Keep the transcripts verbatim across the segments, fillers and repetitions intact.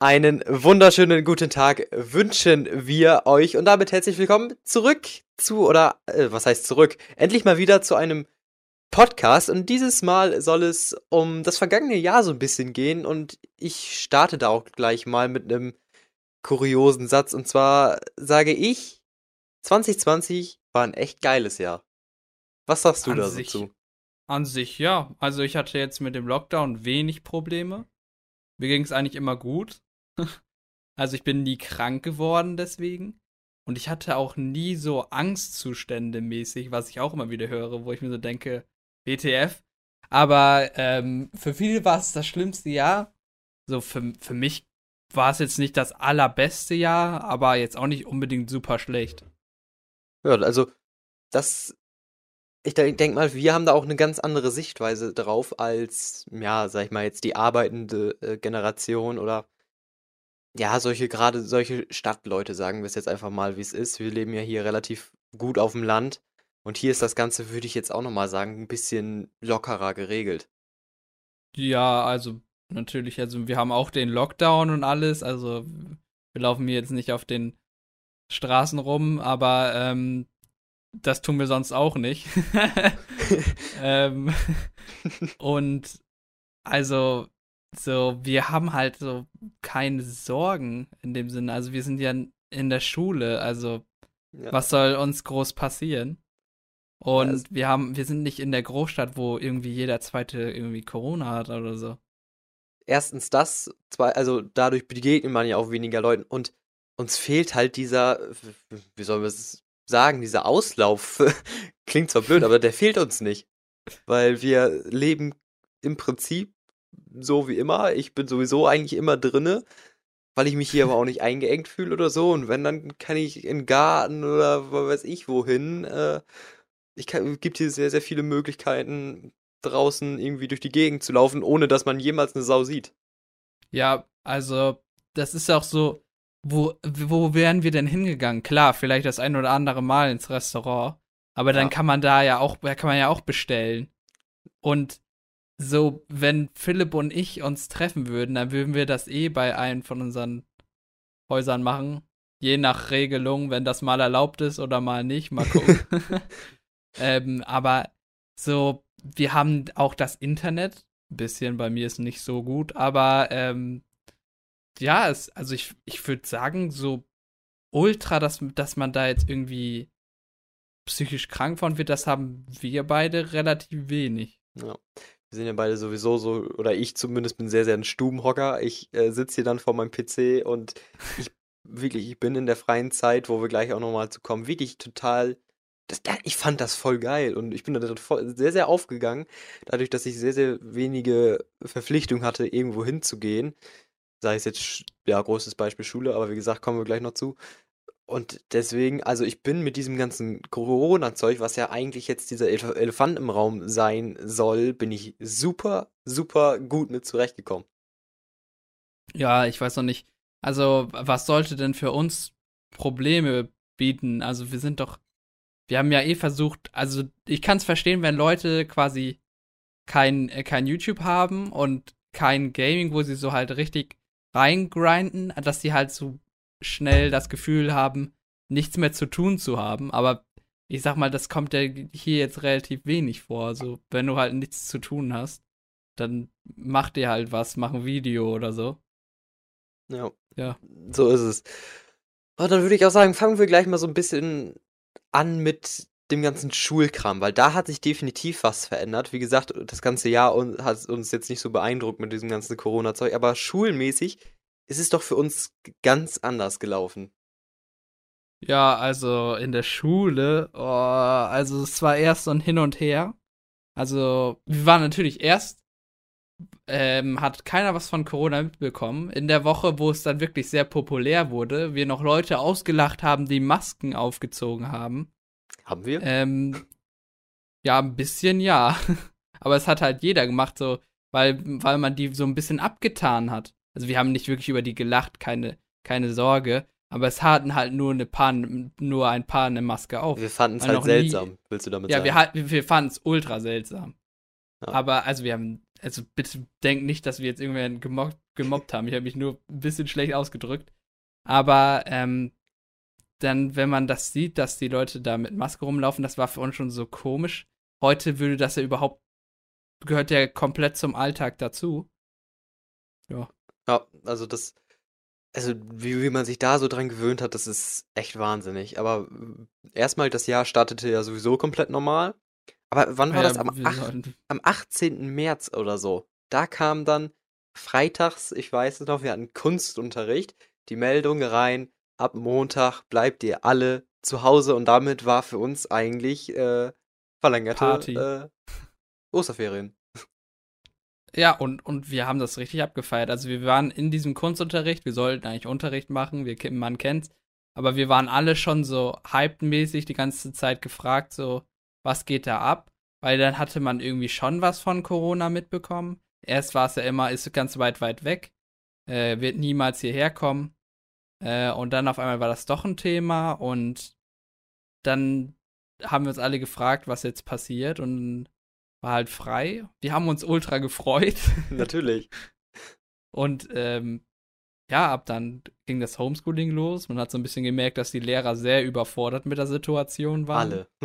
Einen wunderschönen guten Tag wünschen wir euch und damit herzlich willkommen zurück zu, oder äh, was heißt zurück? Endlich mal wieder zu einem Podcast und dieses Mal soll es um das vergangene Jahr so ein bisschen gehen und ich starte da auch gleich mal mit einem kuriosen Satz und zwar sage ich, zwanzig zwanzig war ein echt geiles Jahr. Was sagst du An da so sich, zu? an sich, ja. Also ich hatte jetzt mit dem Lockdown wenig Probleme. Mir ging es eigentlich immer gut. Also ich bin nie krank geworden deswegen. Und ich hatte auch nie so Angstzustände mäßig, was ich auch immer wieder höre, wo ich mir so denke, W T F. Aber ähm, für viele war es das schlimmste Jahr. So für, für mich war es jetzt nicht das allerbeste Jahr, aber jetzt auch nicht unbedingt super schlecht. Ja, also das Ich denk denke mal, wir haben da auch eine ganz andere Sichtweise drauf als, ja, sag ich mal, jetzt die arbeitende, äh, Generation oder, ja, solche gerade solche Stadtleute, sagen wir es jetzt einfach mal, wie es ist. Wir leben ja hier relativ gut auf dem Land und hier ist das Ganze, würde ich jetzt auch noch mal sagen, ein bisschen lockerer geregelt. Ja, also natürlich, also wir haben auch den Lockdown und alles, also wir laufen hier jetzt nicht auf den Straßen rum, aber ähm, das tun wir sonst auch nicht. ähm, und also so, wir haben halt so keine Sorgen in dem Sinne. Also wir sind ja in der Schule, also Ja, was soll uns groß passieren? ja, es Und wir haben, wir sind nicht in der Großstadt, wo irgendwie jeder zweite irgendwie Corona hat oder so. erstens das, zwei also, dadurch begegnet man ja auch weniger Leuten und uns fehlt halt dieser, w wie sollen wir es sagen, dieser Auslauf. Klingt zwar blöd, aber der fehlt uns nicht. Weil wir leben im Prinzip so wie immer. Ich bin sowieso eigentlich immer drinne, weil ich mich hier aber auch nicht eingeengt fühle oder so. Und wenn, dann kann ich in 'n Garten oder was weiß ich wohin. Äh, ich kann gibt hier sehr, sehr viele Möglichkeiten, draußen irgendwie durch die Gegend zu laufen, ohne dass man jemals eine Sau sieht. Ja, also, das ist auch so, wo, wo wären wir denn hingegangen? Klar, vielleicht das ein oder andere Mal ins Restaurant, aber dann Ja, kann man da ja auch, da kann man ja auch bestellen. Und so, wenn Philipp und ich uns treffen würden, dann würden wir das eh bei einem von unseren Häusern machen. Je nach Regelung, wenn das mal erlaubt ist oder mal nicht, mal gucken. ähm, aber so, wir haben auch das Internet. Ein bisschen, bei mir ist nicht so gut, aber ähm, ja, es, also ich, ich würde sagen, so ultra, dass, dass man da jetzt irgendwie psychisch krank von wird, das haben wir beide relativ wenig. ja. Wir sind ja beide sowieso so, oder ich zumindest bin sehr, sehr ein Stubenhocker. Ich, äh, sitze hier dann vor meinem P C und ich wirklich, ich bin in der freien Zeit, wo wir gleich auch noch mal zu kommen, wirklich total das da ich fand das voll geil und ich bin da drin voll sehr, sehr aufgegangen, dadurch, dass ich sehr, sehr wenige Verpflichtungen hatte, irgendwo hinzugehen. Sei es jetzt, sch ja, großes Beispiel Schule, aber wie gesagt, kommen wir gleich noch zu. Und deswegen, also ich bin mit diesem ganzen Corona-Zeug, was ja eigentlich jetzt dieser Elef Elefant im Raum sein soll, bin ich super, super gut mit zurechtgekommen. Ja, ich weiß noch nicht. Also, was sollte denn für uns Probleme bieten? Also, wir sind doch, wir haben ja eh versucht, also ich kann es verstehen, wenn Leute quasi kein, äh, kein YouTube haben und kein Gaming, wo sie so halt richtig reingrinden, dass sie halt so schnell das Gefühl haben, nichts mehr zu tun zu haben. Aber ich sag mal, das kommt ja hier jetzt relativ wenig vor. Also, wenn du halt nichts zu tun hast, dann mach dir halt was, mach ein Video oder so. Ja, Ja. so ist es. Und dann würde ich auch sagen, fangen wir gleich mal so ein bisschen an mit dem ganzen Schulkram, weil da hat sich definitiv was verändert. Wie gesagt, das ganze Jahr un hat uns jetzt nicht so beeindruckt mit diesem ganzen Corona-Zeug, aber schulmäßig ist es doch für uns g ganz anders gelaufen. Ja, also in der Schule, oh, also es war erst so ein Hin und Her. Also, wir waren natürlich erst, ähm, hat keiner was von Corona mitbekommen. In der Woche, wo es dann wirklich sehr populär wurde, wir noch Leute ausgelacht haben, die Masken aufgezogen haben. Haben wir? Ähm, ja, ein bisschen ja. Aber es hat halt jeder gemacht, so, weil, weil man die so ein bisschen abgetan hat. Also wir haben nicht wirklich über die gelacht, keine, keine Sorge. Aber es hatten halt nur, eine paar, nur ein paar eine Maske auf. Wir fanden's Weil halt noch nie. seltsam, willst du damit Ja, wir, sagen? halt- wir fanden es ultra seltsam. Ja. Aber, also wir haben also bitte denkt nicht, dass wir jetzt irgendwen gemobbt, gemobbt haben. Ich habe mich nur ein bisschen schlecht ausgedrückt. Aber ähm, dann, wenn man das sieht, dass die Leute da mit Maske rumlaufen, das war für uns schon so komisch. Heute würde das ja überhaupt, gehört ja komplett zum Alltag dazu. Ja. Ja, also das, also wie, wie man sich da so dran gewöhnt hat, das ist echt wahnsinnig. Aber äh, erstmal, das Jahr startete ja sowieso komplett normal. Aber wann war Ja, das? Am, wir ach, sollten. am achtzehnten März oder so. Da kam dann freitags, ich weiß es noch, wir hatten Kunstunterricht, die Meldung rein, ab Montag bleibt ihr alle zu Hause und damit war für uns eigentlich äh, Party. verlängerte äh, Osterferien. Ja, und, und wir haben das richtig abgefeiert. Also wir waren in diesem Kunstunterricht, wir sollten eigentlich Unterricht machen, wir, man kennt's, aber wir waren alle schon so hyped-mäßig die ganze Zeit gefragt, so, was geht da ab? Weil dann hatte man irgendwie schon was von Corona mitbekommen. Erst war es ja immer, ist ganz weit, weit weg, äh, wird niemals hierher kommen. Äh, und dann auf einmal war das doch ein Thema und dann haben wir uns alle gefragt, was jetzt passiert und war halt frei. Wir haben uns ultra gefreut. Natürlich. Und ähm, ja, ab dann ging das Homeschooling los. Man hat so ein bisschen gemerkt, dass die Lehrer sehr überfordert mit der Situation waren. Alle.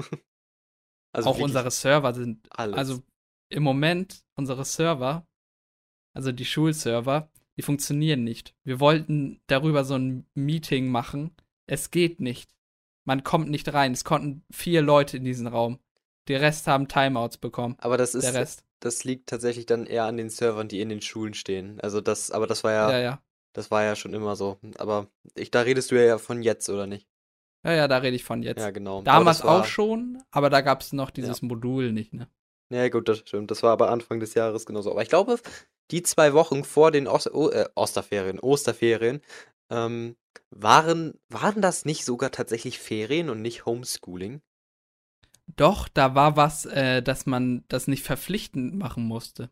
Also Auch wirklich unsere Server sind, alles. also im Moment, unsere Server, also die Schulserver, die funktionieren nicht. Wir wollten darüber so ein Meeting machen. Es geht nicht. Man kommt nicht rein. Es konnten vier Leute in diesen Raum. Die Rest haben Timeouts bekommen. Aber das Der ist, Rest. das liegt tatsächlich dann eher an den Servern, die in den Schulen stehen. Also das, aber das war ja, Ja, ja. das war ja schon immer so. Aber ich, da redest du ja von jetzt, oder nicht? Ja, ja, da rede ich von Ja, jetzt. genau. Aber Damals das auch war, schon, aber da gab es noch ja. dieses Modul nicht, ne? Ja, gut, das stimmt. Das war aber Anfang des Jahres genauso. Aber ich glaube, die zwei Wochen vor den Ost o äh, Osterferien, Osterferien, ähm, waren, waren das nicht sogar tatsächlich Ferien und nicht Homeschooling? Doch, da war was, äh, dass man das nicht verpflichtend machen musste.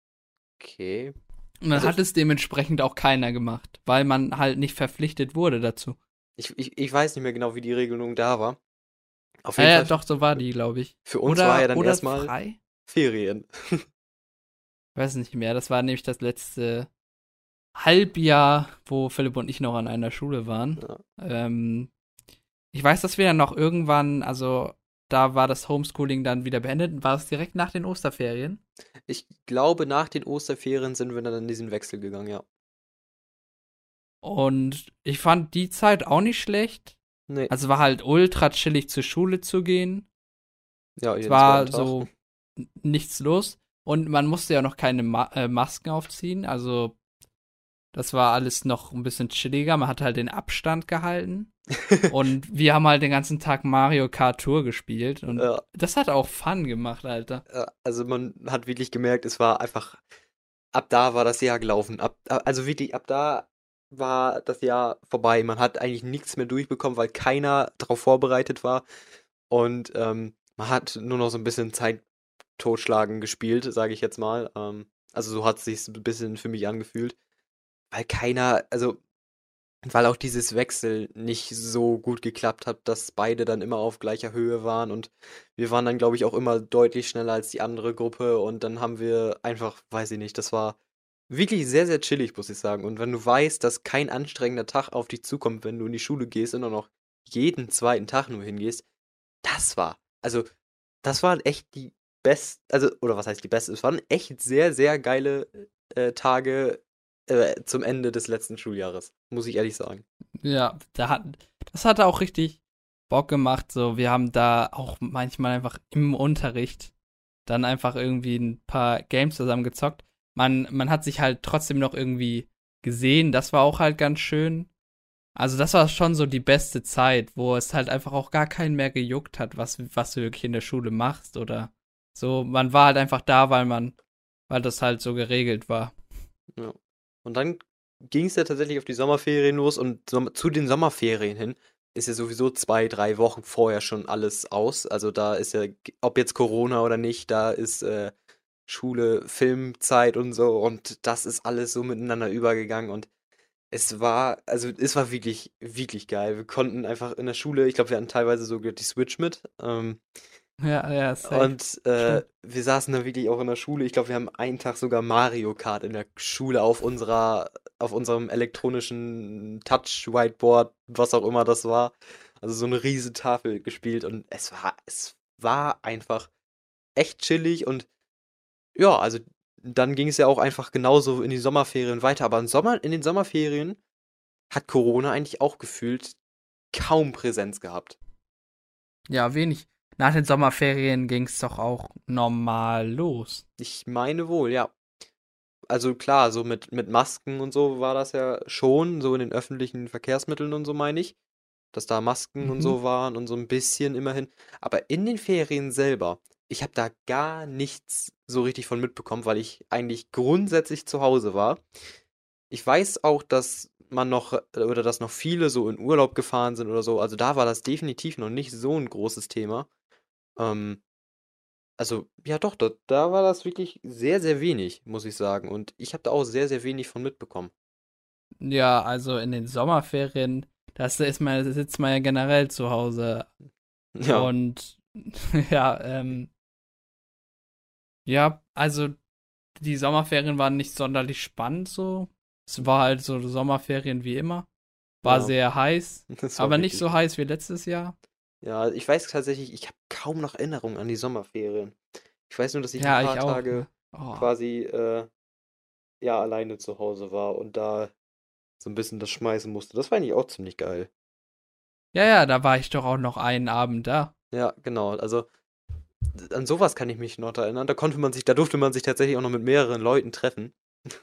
Okay. Und dann Also hat es dementsprechend auch keiner gemacht, weil man halt nicht verpflichtet wurde dazu. ich, ich, ich weiß nicht mehr genau, wie die Regelung da war. Auf Ja, jeden ja, Fall, doch, so war für, die, glaube ich. für uns war ja Oder, dann oder erstmal frei? Ferien. Weiß nicht mehr. Das war nämlich das letzte Halbjahr, wo Philipp und ich noch an einer Schule waren. Ja. Ähm, ich weiß, dass wir dann noch irgendwann, also da war das Homeschooling dann wieder beendet. War es direkt nach den Osterferien? Ich glaube, nach den Osterferien sind wir dann in diesen Wechsel gegangen, ja. Und ich fand die Zeit auch nicht schlecht. Nee, Also war halt ultra chillig zur Schule zu gehen. ja, Es jeden zweiten war Tag. so nichts los. Und man musste ja noch keine Ma äh, Masken aufziehen. Also das war alles noch ein bisschen chilliger. Man hat halt den Abstand gehalten. Und wir haben halt den ganzen Tag Mario Kart Tour gespielt. Und Ja, das hat auch Fun gemacht, Alter. ja, also man hat wirklich gemerkt, es war einfach, ab da war das Jahr gelaufen. Ab, ab- also wirklich, ab da war das Jahr vorbei. Man hat eigentlich nichts mehr durchbekommen, weil keiner darauf vorbereitet war. Und ähm, man hat nur noch so ein bisschen Zeit totschlagen gespielt, sage ich jetzt mal. Ähm, also so hat es sich ein bisschen für mich angefühlt. Weil keiner, also weil auch dieses Wechsel nicht so gut geklappt hat, dass beide dann immer auf gleicher Höhe waren und wir waren dann, glaube ich, auch immer deutlich schneller als die andere Gruppe und dann haben wir einfach, weiß ich nicht, das war wirklich sehr, sehr chillig, muss ich sagen. Und wenn du weißt, dass kein anstrengender Tag auf dich zukommt, wenn du in die Schule gehst und dann noch jeden zweiten Tag nur hingehst, das war, also das waren echt die best, also, oder was heißt die beste, es waren echt sehr, sehr geile äh, Tage äh, zum Ende des letzten Schuljahres, muss ich ehrlich sagen. Ja, da hat, das hatte auch richtig Bock gemacht. So, wir haben da auch manchmal einfach im Unterricht dann einfach irgendwie ein paar Games zusammen gezockt. Man, man hat sich halt trotzdem noch irgendwie gesehen. Das war auch halt ganz schön. Also, das war schon so die beste Zeit, wo es halt einfach auch gar keinen mehr gejuckt hat, was, was du wirklich in der Schule machst oder so. Man war halt einfach da, weil man, weil das halt so geregelt war. Ja. Und dann ging es ja tatsächlich auf die Sommerferien los und som zu den Sommerferien hin ist ja sowieso zwei, drei Wochen vorher schon alles aus. Also da ist ja, g- ob jetzt Corona oder nicht, da ist äh, Schule, Filmzeit und so und das ist alles so miteinander übergegangen und es war, also es war wirklich, wirklich geil. Wir konnten einfach in der Schule, ich glaube, wir hatten teilweise sogar die Switch mit. Ähm, Ja, ja, safe. Und äh, Stimmt. wir saßen da wirklich auch in der Schule. Ich glaube, wir haben einen Tag sogar Mario Kart in der Schule auf unserer, auf unserem elektronischen Touch-Whiteboard, was auch immer das war. Also so eine riesen Tafel gespielt und es war, es war einfach echt chillig und ja, also dann ging es ja auch einfach genauso in die Sommerferien weiter. Aber im Sommer, in den Sommerferien hat Corona eigentlich auch gefühlt kaum Präsenz gehabt. Ja, wenig. Nach den Sommerferien ging es doch auch normal los. Ich meine wohl, ja. Also klar, so mit, mit Masken und so war das ja schon, so in den öffentlichen Verkehrsmitteln und so meine ich, dass da Masken und Mhm. so waren und so ein bisschen immerhin. Aber in den Ferien selber, ich habe da gar nichts so richtig von mitbekommen, weil ich eigentlich grundsätzlich zu Hause war. Ich weiß auch, dass man noch, äh, oder dass noch viele so in Urlaub gefahren sind oder so. Also da war das definitiv noch nicht so ein großes Thema. Ähm, also, ja doch, da, da war das wirklich sehr, sehr wenig, muss ich sagen. Und ich habe da auch sehr, sehr wenig von mitbekommen. Ja, also in den Sommerferien, das ist man, sitzt man ja generell zu Hause. Ja, Und ja, ähm, ja, also die Sommerferien waren nicht sonderlich spannend so. Es war halt so Sommerferien wie immer. War ja, sehr heiß, das war aber nicht wirklich. so heiß wie letztes Jahr. Ja, ich weiß tatsächlich, ich habe kaum noch Erinnerungen an die Sommerferien. Ich weiß nur, dass ich ein Ja, paar ich auch, Tage ne? Oh. quasi, äh, ja, alleine zu Hause war und da so ein bisschen das schmeißen musste. Das war eigentlich auch ziemlich geil. Ja, ja, da war ich doch auch noch einen Abend da. Ja, genau. Also an sowas kann ich mich noch erinnern. Da konnte man sich, da durfte man sich tatsächlich auch noch mit mehreren Leuten treffen.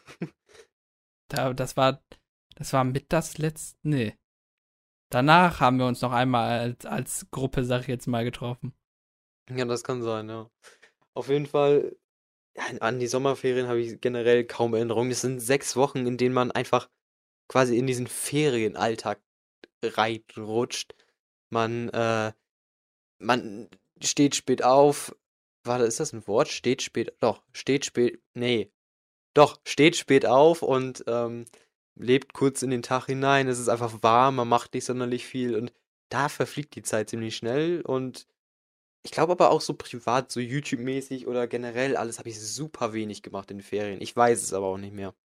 Da, das war, das war mit das letzte, nee. Danach haben wir uns noch einmal als, als Gruppe, sag ich jetzt mal, getroffen. Ja, das kann sein, ja. Auf jeden Fall, ja, an die Sommerferien habe ich generell kaum Erinnerungen. Es sind sechs Wochen, in denen man einfach quasi in diesen Ferienalltag reinrutscht. Man, äh, man steht spät auf. Warte, ist das ein Wort? Steht spät, doch, steht spät, nee, doch, steht spät auf und ähm, lebt kurz in den Tag hinein. Es ist einfach warm, man macht nicht sonderlich viel und da verfliegt die Zeit ziemlich schnell. Und ich glaube aber auch so privat, so YouTube-mäßig oder generell alles habe ich super wenig gemacht in den Ferien. Ich weiß es aber auch nicht mehr.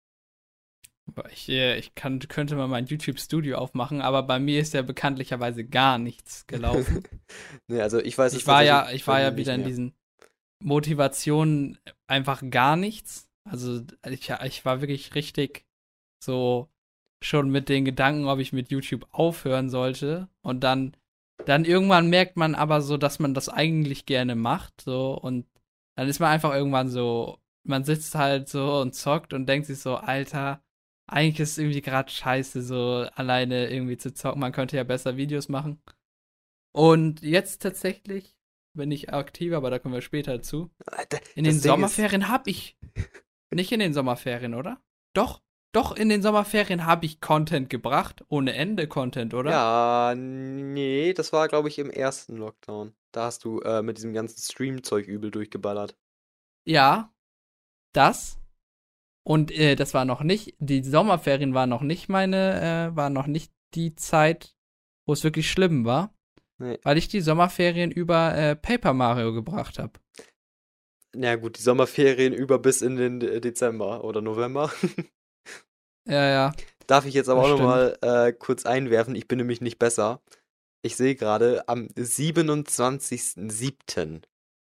Aber Ich, äh, ich kann, könnte mal mein YouTube-Studio aufmachen, aber bei mir ist ja bekanntlicherweise gar nichts gelaufen. Ne, also ich weiß es Ich war tatsächlich ja, ich bei war mir ja nicht wieder in mehr. diesen Motivationen einfach gar nichts. Also ich, ich war wirklich richtig so schon mit den Gedanken, ob ich mit YouTube aufhören sollte. Und dann, dann irgendwann merkt man aber so, dass man das eigentlich gerne macht. So, und dann ist man einfach irgendwann so, man sitzt halt so und zockt und denkt sich so, Alter, eigentlich ist es irgendwie gerade scheiße, so alleine irgendwie zu zocken. Man könnte ja besser Videos machen. Und jetzt tatsächlich bin ich aktiver, aber da kommen wir später zu. Ah, da In den das Ding ist Sommerferien habe ich nicht in den Sommerferien, oder? Doch, doch, in den Sommerferien habe ich Content gebracht. Ohne Ende Content, oder? ja, ne, das war, glaube ich, im ersten Lockdown. Da hast du, äh, mit diesem ganzen Stream-Zeug übel durchgeballert. Ja, das. Und äh, das war noch nicht, die Sommerferien waren noch nicht meine, äh, war noch nicht die Zeit, wo es wirklich schlimm war, Ne. weil ich die Sommerferien über äh, Paper Mario gebracht habe. Na ja, gut, die Sommerferien über bis in den De Dezember oder November. Ja, ja, Darf ich jetzt aber das auch noch stimmt. mal, äh, kurz einwerfen, ich bin nämlich nicht besser. Ich sehe gerade, am siebenundzwanzigsten siebten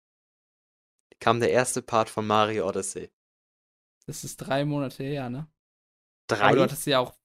kam der erste Part von Mario Odyssey. Das ist drei Monate her, ne? Aber du Drei? hattest ja auch.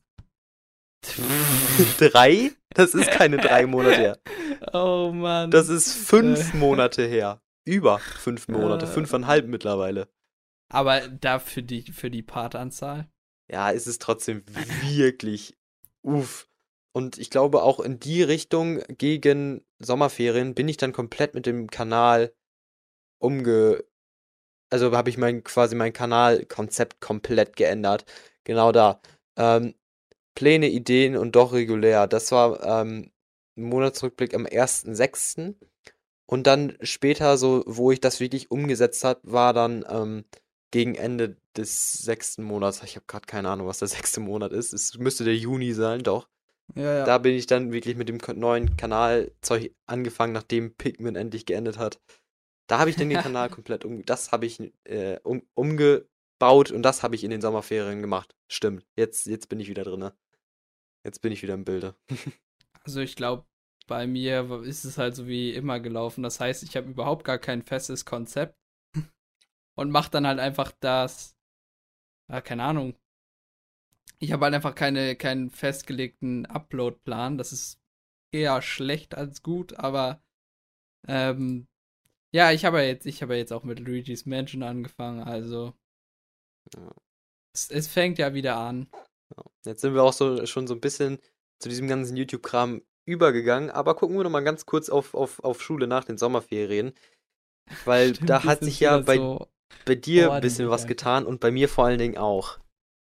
Drei? Das ist keine drei Monate her. Oh Das Mann. ist Äh, fünf Monate her. Über fünf Monate, äh, fünfeinhalb mittlerweile. aber da für die, für die Partanzahl. Ja, es ist trotzdem wirklich uff. Und ich glaube, auch in die Richtung gegen Sommerferien bin ich dann komplett mit dem Kanal umge... Also habe ich mein, quasi mein Kanalkonzept komplett geändert. Genau da. Ähm, Pläne, Ideen und doch regulär. Das war ähm, ein Monatsrückblick am ersten sechsten. Und dann später, so, wo ich das wirklich umgesetzt hat, war dann ähm, gegen Ende des sechsten Monats. Ich habe gerade keine Ahnung, was der sechste Monat ist. Es müsste der Juni sein, doch. Ja, ja. Da bin ich dann wirklich mit dem ko- neuen Kanalzeug angefangen, nachdem Pikmin endlich geendet hat. Da habe ich dann den Kanal komplett um, das habe ich äh, um, umgebaut und das habe ich in den Sommerferien gemacht. Stimmt. Jetzt, jetzt bin ich wieder drin. Jetzt bin ich wieder im Bilde. Also ich glaube, bei mir w- ist es halt so wie immer gelaufen. Das heißt, ich habe überhaupt gar kein festes Konzept und mache dann halt einfach das, ja, keine Ahnung. Ich habe halt einfach keine, keinen festgelegten Upload-Plan. Das ist eher schlecht als gut, aber ähm, ja, ich habe ja jetzt, ich habe ja jetzt auch mit Luigi's Mansion angefangen, also Ja, es, es fängt ja wieder an. ja. Jetzt sind wir auch so schon so ein bisschen zu diesem ganzen YouTube-Kram übergegangen, aber gucken wir noch mal ganz kurz auf, auf, auf Schule nach den Sommerferien, weil Stimmt, da wir hat sind sich ja wieder bei, so bei dir ein bisschen ordentlich was einfach. getan und bei mir vor allen Dingen auch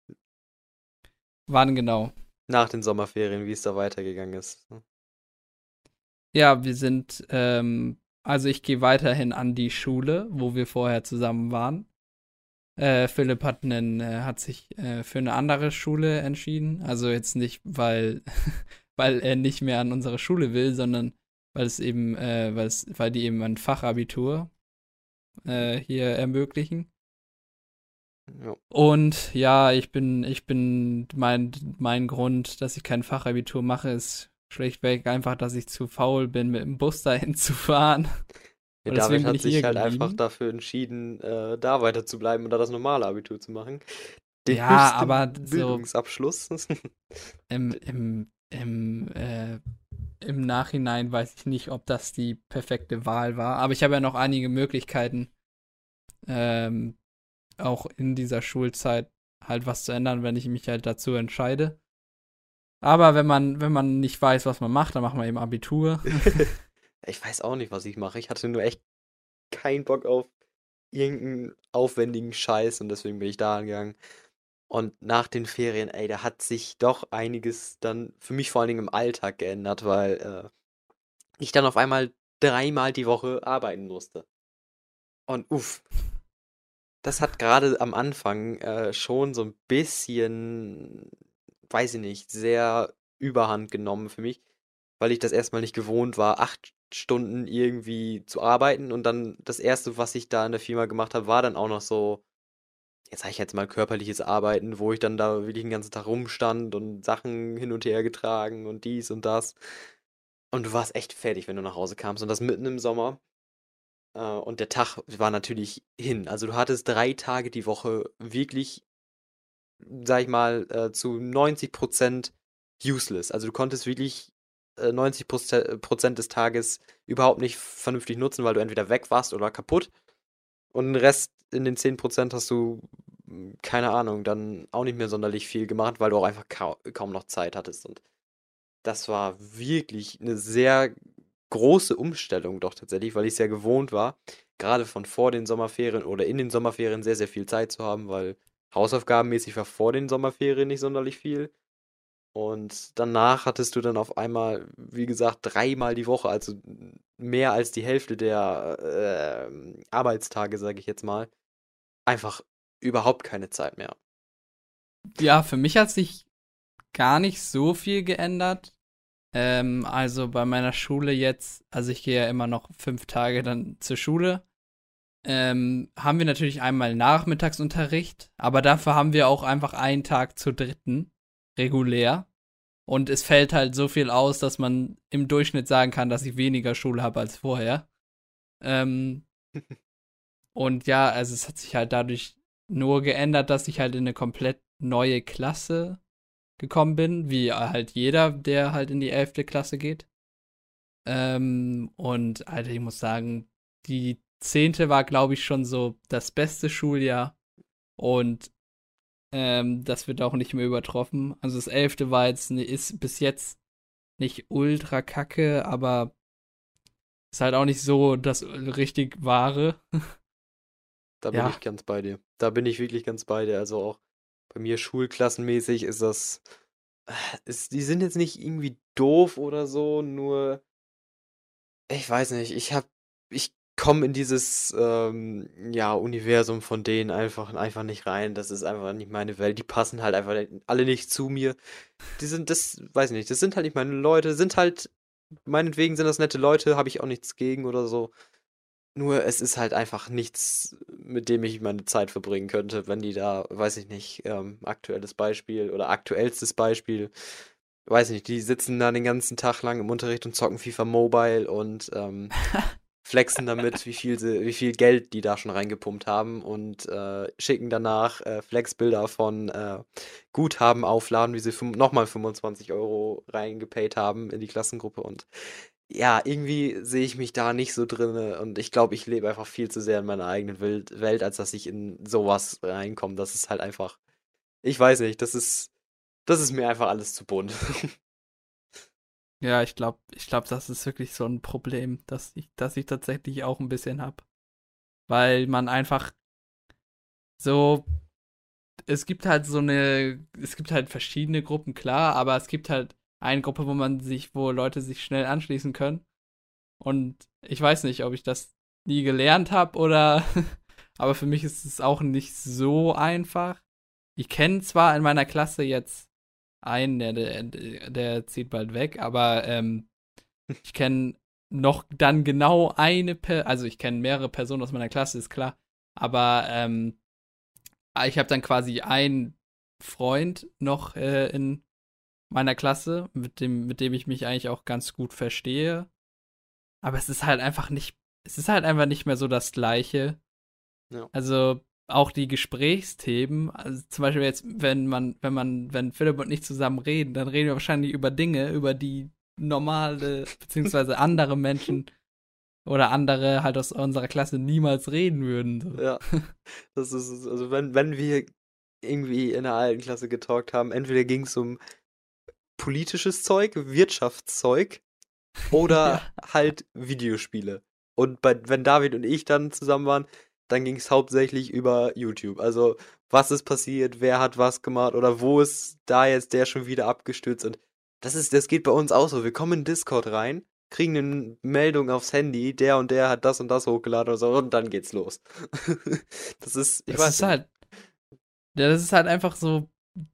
Wann genau? nach den Sommerferien, wie es da weitergegangen ist. Ja, wir sind, ähm, also ich gehe weiterhin an die Schule, wo wir vorher zusammen waren. Äh, Philipp hat, einen, äh, hat sich äh, für eine andere Schule entschieden. Also jetzt nicht, weil, weil er nicht mehr an unsere Schule will, sondern weil es eben, äh, weil es, weil die eben ein Fachabitur äh, hier ermöglichen. Ja. Und ja, ich bin, ich bin, mein, mein Grund, dass ich kein Fachabitur mache, ist schlichtweg einfach, dass ich zu faul bin, mit dem Bus dahin zu fahren. Ja, Und David deswegen bin hat ich hier sich halt einfach geblieben. dafür entschieden, äh, da weiter zu bleiben und da das normale Abitur zu machen. Der Ja, höchste aber so Bildungsabschluss. im, D- im, im, äh, im Nachhinein weiß ich nicht, ob das die perfekte Wahl war. Aber ich habe ja noch einige Möglichkeiten, ähm, auch in dieser Schulzeit halt was zu ändern, wenn ich mich halt dazu entscheide. Aber wenn man, wenn man nicht weiß, was man macht, dann macht man eben Abitur. Ich weiß auch nicht, was ich mache. Ich hatte nur echt keinen Bock auf irgendeinen aufwendigen Scheiß und deswegen bin ich da angegangen. Und nach den Ferien, ey, da hat sich doch einiges dann für mich vor allen Dingen im Alltag geändert, weil äh, ich dann auf einmal dreimal die Woche arbeiten musste. Und uff, das hat gerade am Anfang äh, schon so ein bisschen, weiß ich nicht, sehr Überhand genommen für mich, weil ich das erstmal nicht gewohnt war, acht Stunden irgendwie zu arbeiten und dann das Erste, was ich da in der Firma gemacht habe, war dann auch noch so, jetzt sage ich jetzt mal körperliches Arbeiten, wo ich dann da wirklich den ganzen Tag rumstand und Sachen hin und her getragen und dies und das. Und du warst echt fertig, wenn du nach Hause kamst und das mitten im Sommer. Äh, und der Tag war natürlich hin. Also du hattest drei Tage die Woche wirklich, sag ich mal, äh, zu neunzig Prozent useless. Also du konntest wirklich äh, neunzig Prozent des Tages überhaupt nicht vernünftig nutzen, weil du entweder weg warst oder kaputt. Und den Rest in den zehn Prozent hast du, mm, keine Ahnung, dann auch nicht mehr sonderlich viel gemacht, weil du auch einfach kau kaum noch Zeit hattest. Und das war wirklich eine sehr große Umstellung doch tatsächlich, weil ich es ja gewohnt war, gerade von vor den Sommerferien oder in den Sommerferien sehr, sehr viel Zeit zu haben, weil hausaufgabenmäßig war vor den Sommerferien nicht sonderlich viel. Und danach hattest du dann auf einmal, wie gesagt, dreimal die Woche, also mehr als die Hälfte der ähm, Arbeitstage, sage ich jetzt mal, einfach überhaupt keine Zeit mehr. Ja, für mich hat sich gar nicht so viel geändert. Ähm, also bei meiner Schule jetzt, also ich gehe ja immer noch fünf Tage dann zur Schule. Ähm, haben wir natürlich einmal Nachmittagsunterricht, aber dafür haben wir auch einfach einen Tag zur dritten, regulär. Und es fällt halt so viel aus, dass man im Durchschnitt sagen kann, dass ich weniger Schule habe als vorher. Ähm, und ja, also es hat sich halt dadurch nur geändert, dass ich halt in eine komplett neue Klasse gekommen bin, wie halt jeder, der halt in die elfte Klasse geht. Ähm, und Alter, ich muss sagen, die zehnte war, glaube ich, schon so das beste Schuljahr. Und ähm, das wird auch nicht mehr übertroffen. Also das elfte war jetzt, ist bis jetzt nicht ultra kacke, aber ist halt auch nicht so das richtig wahre. Da bin ich Ja, ganz bei dir. Da bin ich wirklich ganz bei dir. Also auch bei mir schulklassenmäßig ist das, äh, ist, die sind jetzt nicht irgendwie doof oder so, nur ich weiß nicht, ich hab, ich komme in dieses, ähm, ja, Universum von denen einfach, einfach nicht rein. Das ist einfach nicht meine Welt. Die passen halt einfach alle nicht zu mir. Die sind, das, weiß ich nicht, das sind halt nicht meine Leute, sind halt, meinetwegen sind das nette Leute, habe ich auch nichts gegen oder so. Nur es ist halt einfach nichts, mit dem ich meine Zeit verbringen könnte, wenn die da, weiß ich nicht, ähm, aktuelles Beispiel oder aktuellstes Beispiel, weiß ich nicht, die sitzen da den ganzen Tag lang im Unterricht und zocken FIFA Mobile und ähm, flexen damit, wie viel sie, wie viel Geld die da schon reingepumpt haben und äh, schicken danach äh, Flexbilder von äh, Guthaben aufladen, wie sie fün- nochmal fünfundzwanzig Euro reingepaid haben in die Klassengruppe und ja, irgendwie sehe ich mich da nicht so drinne und ich glaube, ich lebe einfach viel zu sehr in meiner eigenen Welt, Welt, als dass ich in sowas reinkomme. Das ist halt einfach, ich weiß nicht, das ist, das ist mir einfach alles zu bunt. Ja, ich glaube, ich glaube, das ist wirklich so ein Problem, das ich, das ich tatsächlich auch ein bisschen habe. Weil man einfach so, es gibt halt so eine, es gibt halt verschiedene Gruppen, klar, aber es gibt halt eine Gruppe, wo man sich, wo Leute sich schnell anschließen können. Und ich weiß nicht, ob ich das nie gelernt habe oder, aber für mich ist es auch nicht so einfach. Ich kenne zwar in meiner Klasse jetzt einen, der, der, der zieht bald weg, aber ähm, ich kenne noch dann genau eine, per also ich kenne mehrere Personen aus meiner Klasse, ist klar, aber ähm, ich habe dann quasi einen Freund noch äh, in meiner Klasse, mit dem, mit dem ich mich eigentlich auch ganz gut verstehe. Aber es ist halt einfach nicht, es ist halt einfach nicht mehr so das Gleiche. Ja. Also auch die Gesprächsthemen, also zum Beispiel jetzt, wenn man, wenn man, wenn Philipp und ich zusammen reden, dann reden wir wahrscheinlich über Dinge, über die normale, beziehungsweise andere Menschen oder andere halt aus unserer Klasse niemals reden würden. So. Ja, das ist, es. Also wenn, wenn wir irgendwie in der alten Klasse getalkt haben, entweder ging es um politisches Zeug, Wirtschaftszeug Ja. oder halt Videospiele. Und bei, wenn David und ich dann zusammen waren, dann ging es hauptsächlich über YouTube. Also, was ist passiert, wer hat was gemacht oder wo ist da jetzt der schon wieder abgestürzt. Und das ist, das geht bei uns auch so. Wir kommen in Discord rein, kriegen eine Meldung aufs Handy, der und der hat das und das hochgeladen oder so, und dann geht's los. Das ist, ich Das weiß ist nicht. halt, ja, das ist halt einfach so,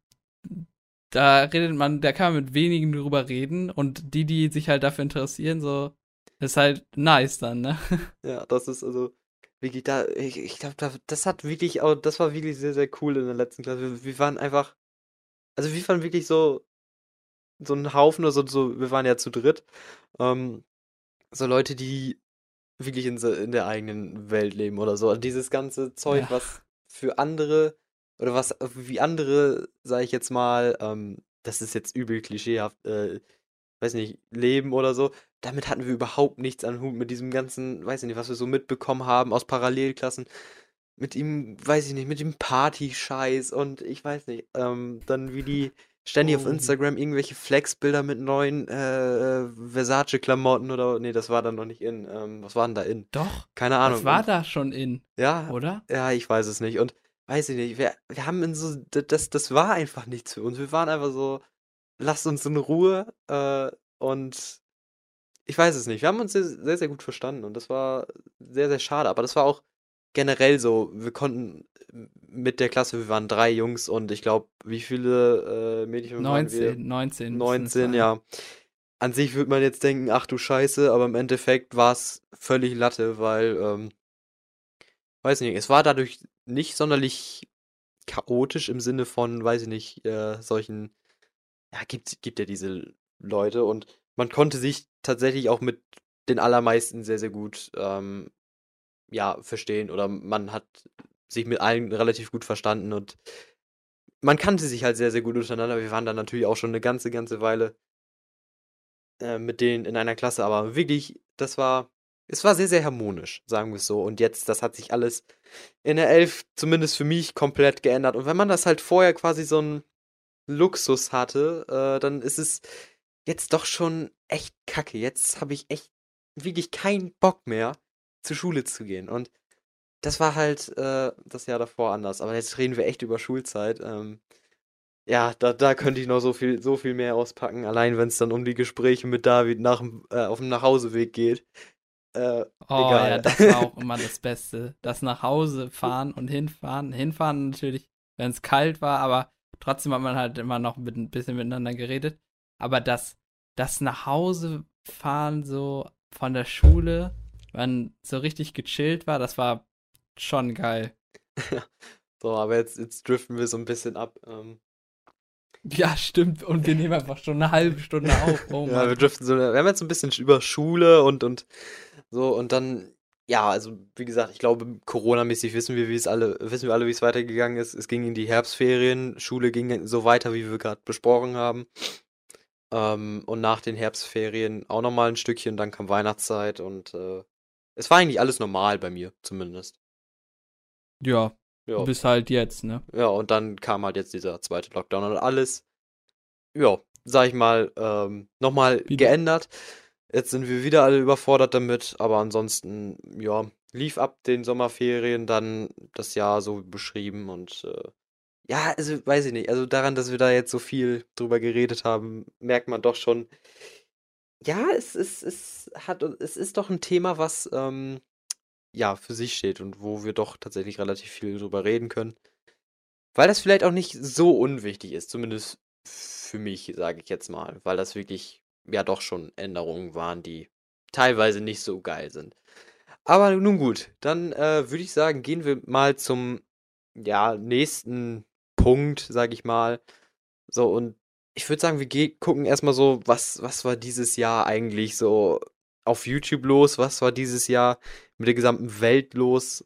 da redet man, da kann man mit wenigen drüber reden und die, die sich halt dafür interessieren, so, ist halt nice dann, ne? Ja, das ist also wirklich da, ich, ich glaube, da, das hat wirklich auch, das war wirklich sehr, sehr cool in der letzten Klasse. Wir, wir waren einfach, also wir waren wirklich so, so ein Haufen oder so, so, wir waren ja zu dritt, ähm, so Leute, die wirklich in, so- in der eigenen Welt leben oder so. Und dieses ganze Zeug, Ja. was für andere, oder was, wie andere, sage ich jetzt mal, ähm, das ist jetzt übel klischeehaft, äh, weiß nicht, leben oder so, damit hatten wir überhaupt nichts an Hut mit diesem ganzen, weiß ich nicht, was wir so mitbekommen haben aus Parallelklassen, mit ihm, weiß ich nicht, mit dem Party-Scheiß und ich weiß nicht, ähm, dann wie die ständig auf Oh. Instagram irgendwelche Flex-Bilder mit neuen äh, äh, Versace-Klamotten oder, nee, das war dann noch nicht in, ähm, was war denn da in? Doch, Keine das Ahnung war und da schon in, ja, oder? ja, ich weiß es nicht und weiß ich nicht, wir, wir haben in so, d- das, das war einfach nichts für uns, wir waren einfach so, lasst uns in Ruhe äh, und ich weiß es nicht. Wir haben uns sehr, sehr, sehr gut verstanden und das war sehr, sehr schade. Aber das war auch generell so. Wir konnten mit der Klasse, wir waren drei Jungs und ich glaube, wie viele äh, Mädchen waren wir? neunzehn, neunzehn müssen es neunzehn, sein. ja. An sich würde man jetzt denken, ach du Scheiße, aber im Endeffekt war es völlig Latte, weil, ähm, weiß nicht, es war dadurch nicht sonderlich chaotisch im Sinne von, weiß ich nicht, äh, solchen, ja, gibt, gibt ja diese Leute und man konnte sich tatsächlich auch mit den allermeisten sehr, sehr gut, ähm, ja, verstehen oder man hat sich mit allen relativ gut verstanden und man kannte sich halt sehr, sehr gut untereinander. Wir waren dann natürlich auch schon eine ganze, ganze Weile äh, mit denen in einer Klasse, aber wirklich, das war, es war sehr, sehr harmonisch, sagen wir es so. Und jetzt, das hat sich alles in der Elf, zumindest für mich, komplett geändert. Und wenn man das halt vorher quasi so ein Luxus hatte, äh, dann ist es jetzt doch schon echt kacke. Jetzt habe ich echt wirklich keinen Bock mehr, zur Schule zu gehen. Und das war halt äh, das Jahr davor anders. Aber jetzt reden wir echt über Schulzeit. Ähm, ja, da, da könnte ich noch so viel, so viel mehr auspacken. Allein wenn es dann um die Gespräche mit David nach, dem- äh, auf dem Nachhauseweg geht. Äh, Oh ja, egal. das war auch immer das Beste. Das nach Hause fahren und hinfahren. Hinfahren natürlich, wenn es kalt war, aber trotzdem hat man halt immer noch mit, ein bisschen miteinander geredet. Aber das, das nach Hause fahren so von der Schule, wenn so richtig gechillt war, das war schon geil. So, aber jetzt, jetzt driften wir so ein bisschen ab. Ähm, Ja, stimmt. Und wir nehmen einfach schon eine halbe Stunde auf. Oh ja, wir Mann. driften so, wir haben jetzt so ein bisschen über Schule und, und so und dann, ja, also wie gesagt, ich glaube, Corona-mäßig wissen wir, wie es alle, wissen wir alle, wie es weitergegangen ist. Es ging in die Herbstferien, Schule ging so weiter, wie wir gerade besprochen haben. Ähm, und nach den Herbstferien auch nochmal ein Stückchen, dann kam Weihnachtszeit und äh, es war eigentlich alles normal bei mir, zumindest. Ja, Ja, bis halt jetzt, ne? ja, und dann kam halt jetzt dieser zweite Lockdown und alles, ja, sag ich mal, ähm, nochmal Wieder. geändert. Jetzt sind wir wieder alle überfordert damit, aber ansonsten, ja, lief ab den Sommerferien dann das Jahr so beschrieben und äh, ja, also weiß ich nicht, also daran, dass wir da jetzt so viel drüber geredet haben, merkt man doch schon, ja, es ist, es hat, es ist doch ein Thema, was ähm, ja für sich steht und wo wir doch tatsächlich relativ viel drüber reden können. Weil das vielleicht auch nicht so unwichtig ist, zumindest für mich, sage ich jetzt mal, weil das wirklich ja doch schon Änderungen waren, die teilweise nicht so geil sind. Aber nun gut, dann äh, würde ich sagen, gehen wir mal zum ja, nächsten Punkt, sage ich mal. So, und ich würde sagen, wir geh gucken erstmal so, was, was war dieses Jahr eigentlich so auf YouTube los? Was war dieses Jahr mit der gesamten Welt los?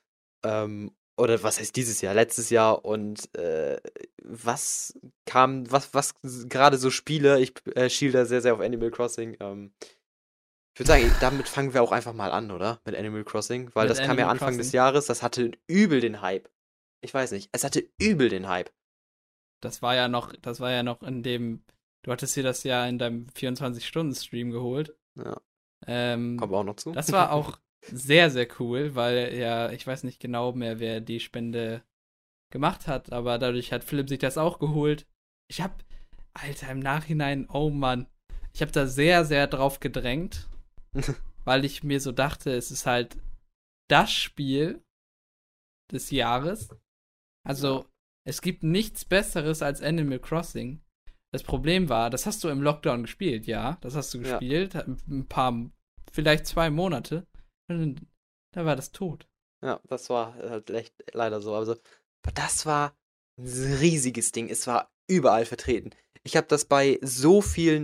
Ähm, oder was heißt dieses Jahr? Letztes Jahr und äh, was kam, was, was gerade so Spiele, ich äh, schiel da sehr, sehr auf Animal Crossing. Ähm, ich würde sagen, damit fangen wir auch einfach mal an, oder? Mit Animal Crossing, weil Mit das kam ja Animal Anfang des Crossing. Jahres, das hatte übel den Hype. Ich weiß nicht, es hatte übel den Hype. Das war ja noch, das war ja noch in dem, du hattest dir das ja in deinem vierundzwanzig-Stunden-Stream geholt. Ja, kommen Ähm, wir auch noch zu. das war auch sehr, sehr cool, weil ja, ich weiß nicht genau mehr, wer die Spende gemacht hat, aber dadurch hat Philipp sich das auch geholt. Ich hab, Alter, im Nachhinein, oh Mann, ich hab da sehr, sehr drauf gedrängt, weil ich mir so dachte, es ist halt das Spiel des Jahres. Ja, Also, es gibt nichts Besseres als Animal Crossing. Das Problem war, das hast du im Lockdown gespielt, ja. Das hast du ja, gespielt, ein paar, vielleicht zwei Monate. Und dann, da war das tot. ja, das war halt echt leider so. Also, das war ein riesiges Ding. Es war überall vertreten. Ich habe das bei so vielen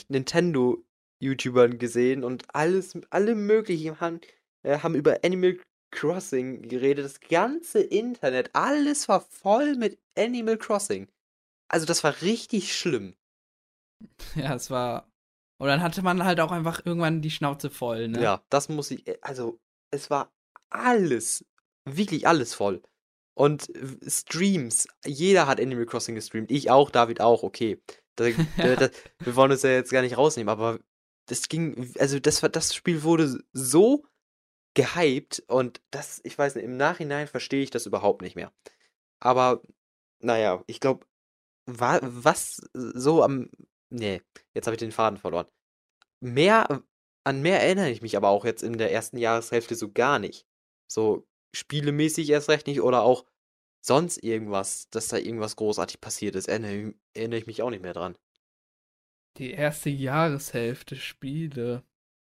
Nicht-Nintendo-YouTubern gesehen und alles, alle möglichen haben, äh, haben über Animal Crossing geredet. Das ganze Internet, alles war voll mit Animal Crossing. Also, das war richtig schlimm. Ja, es war. Und dann hatte man halt auch einfach irgendwann die Schnauze voll, ne? Ja, das muss ich, äh, also, es war alles, wirklich alles voll. Und w- Streams, jeder hat Animal Crossing gestreamt. Ich auch, David auch, okay. Da, da, da, wir wollen uns ja jetzt gar nicht rausnehmen, aber das ging, also das, war- das Spiel wurde so gehypt und das, ich weiß nicht, im Nachhinein verstehe ich das überhaupt nicht mehr. Aber, naja, ich glaube, wa was so am, nee, jetzt habe ich den Faden verloren. Mehr an mehr erinnere ich mich aber auch jetzt in der ersten Jahreshälfte so gar nicht. So spielemäßig erst recht nicht oder auch sonst irgendwas, dass da irgendwas großartig passiert ist, erinnere, erinnere ich mich auch nicht mehr dran. Die erste Jahreshälfte Spiele.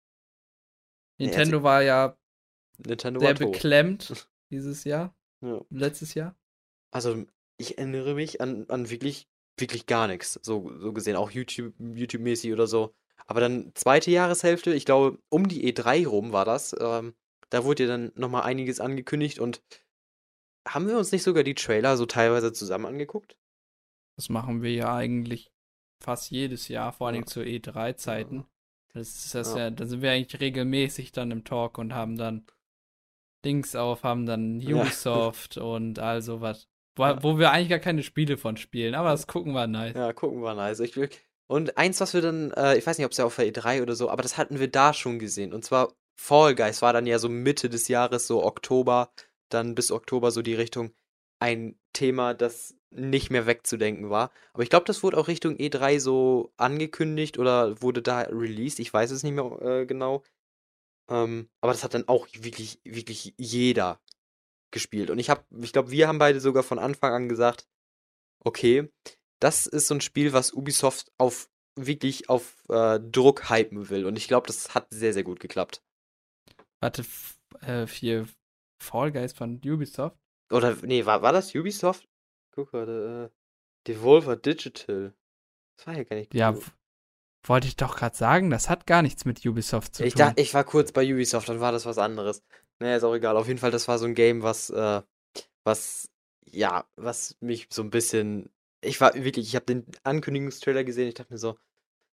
Nee, also Nintendo war ja Nintendo war sehr tot. beklemmt dieses Jahr, Ja. letztes Jahr. Also ich erinnere mich an, an wirklich, wirklich gar nichts. So, so gesehen, auch YouTube, YouTube-mäßig oder so. Aber dann zweite Jahreshälfte, ich glaube, um die E drei rum war das. Ähm, da wurde ja dann nochmal einiges angekündigt und haben wir uns nicht sogar die Trailer so teilweise zusammen angeguckt? Das machen wir ja eigentlich fast jedes Jahr, vor Ja, allem zu E drei-Zeiten. ja, Das ist das ja, ja, da sind wir eigentlich regelmäßig dann im Talk und haben dann Dings auf, haben dann ja, Ubisoft und all sowas. Wo, ja, wo wir eigentlich gar keine Spiele von spielen, aber das gucken wir nice. ja, gucken wir nice. Ich will, und eins, was wir dann, äh, ich weiß nicht, ob es ja auf der E drei oder so, aber das hatten wir da schon gesehen. Und zwar Fall Guys war dann ja so Mitte des Jahres, so Oktober, dann bis Oktober so die Richtung, ein Thema, das nicht mehr wegzudenken war. Aber ich glaube, das wurde auch Richtung E drei so angekündigt oder wurde da released. Ich weiß es nicht mehr äh, genau. Ähm, aber das hat dann auch wirklich, wirklich jeder gespielt. Und ich habe, ich glaube, wir haben beide sogar von Anfang an gesagt, okay, das ist so ein Spiel, was Ubisoft auf wirklich auf äh, Druck hypen will. Und ich glaube, das hat sehr, sehr gut geklappt. Warte, f- äh, hier Fall Guys von Ubisoft. Oder, nee, war, war das Ubisoft? Guck gerade, äh, Devolver Digital. Das war ja gar nicht. Ja, w- wollte ich doch gerade sagen, das hat gar nichts mit Ubisoft zu Ich tun. dachte, ich war kurz bei Ubisoft, dann war das was anderes. Naja, ist auch egal. Auf jeden Fall, das war so ein Game, was, äh, was, ja, was mich so ein bisschen. Ich war wirklich, ich habe den Ankündigungstrailer gesehen, ich dachte mir so,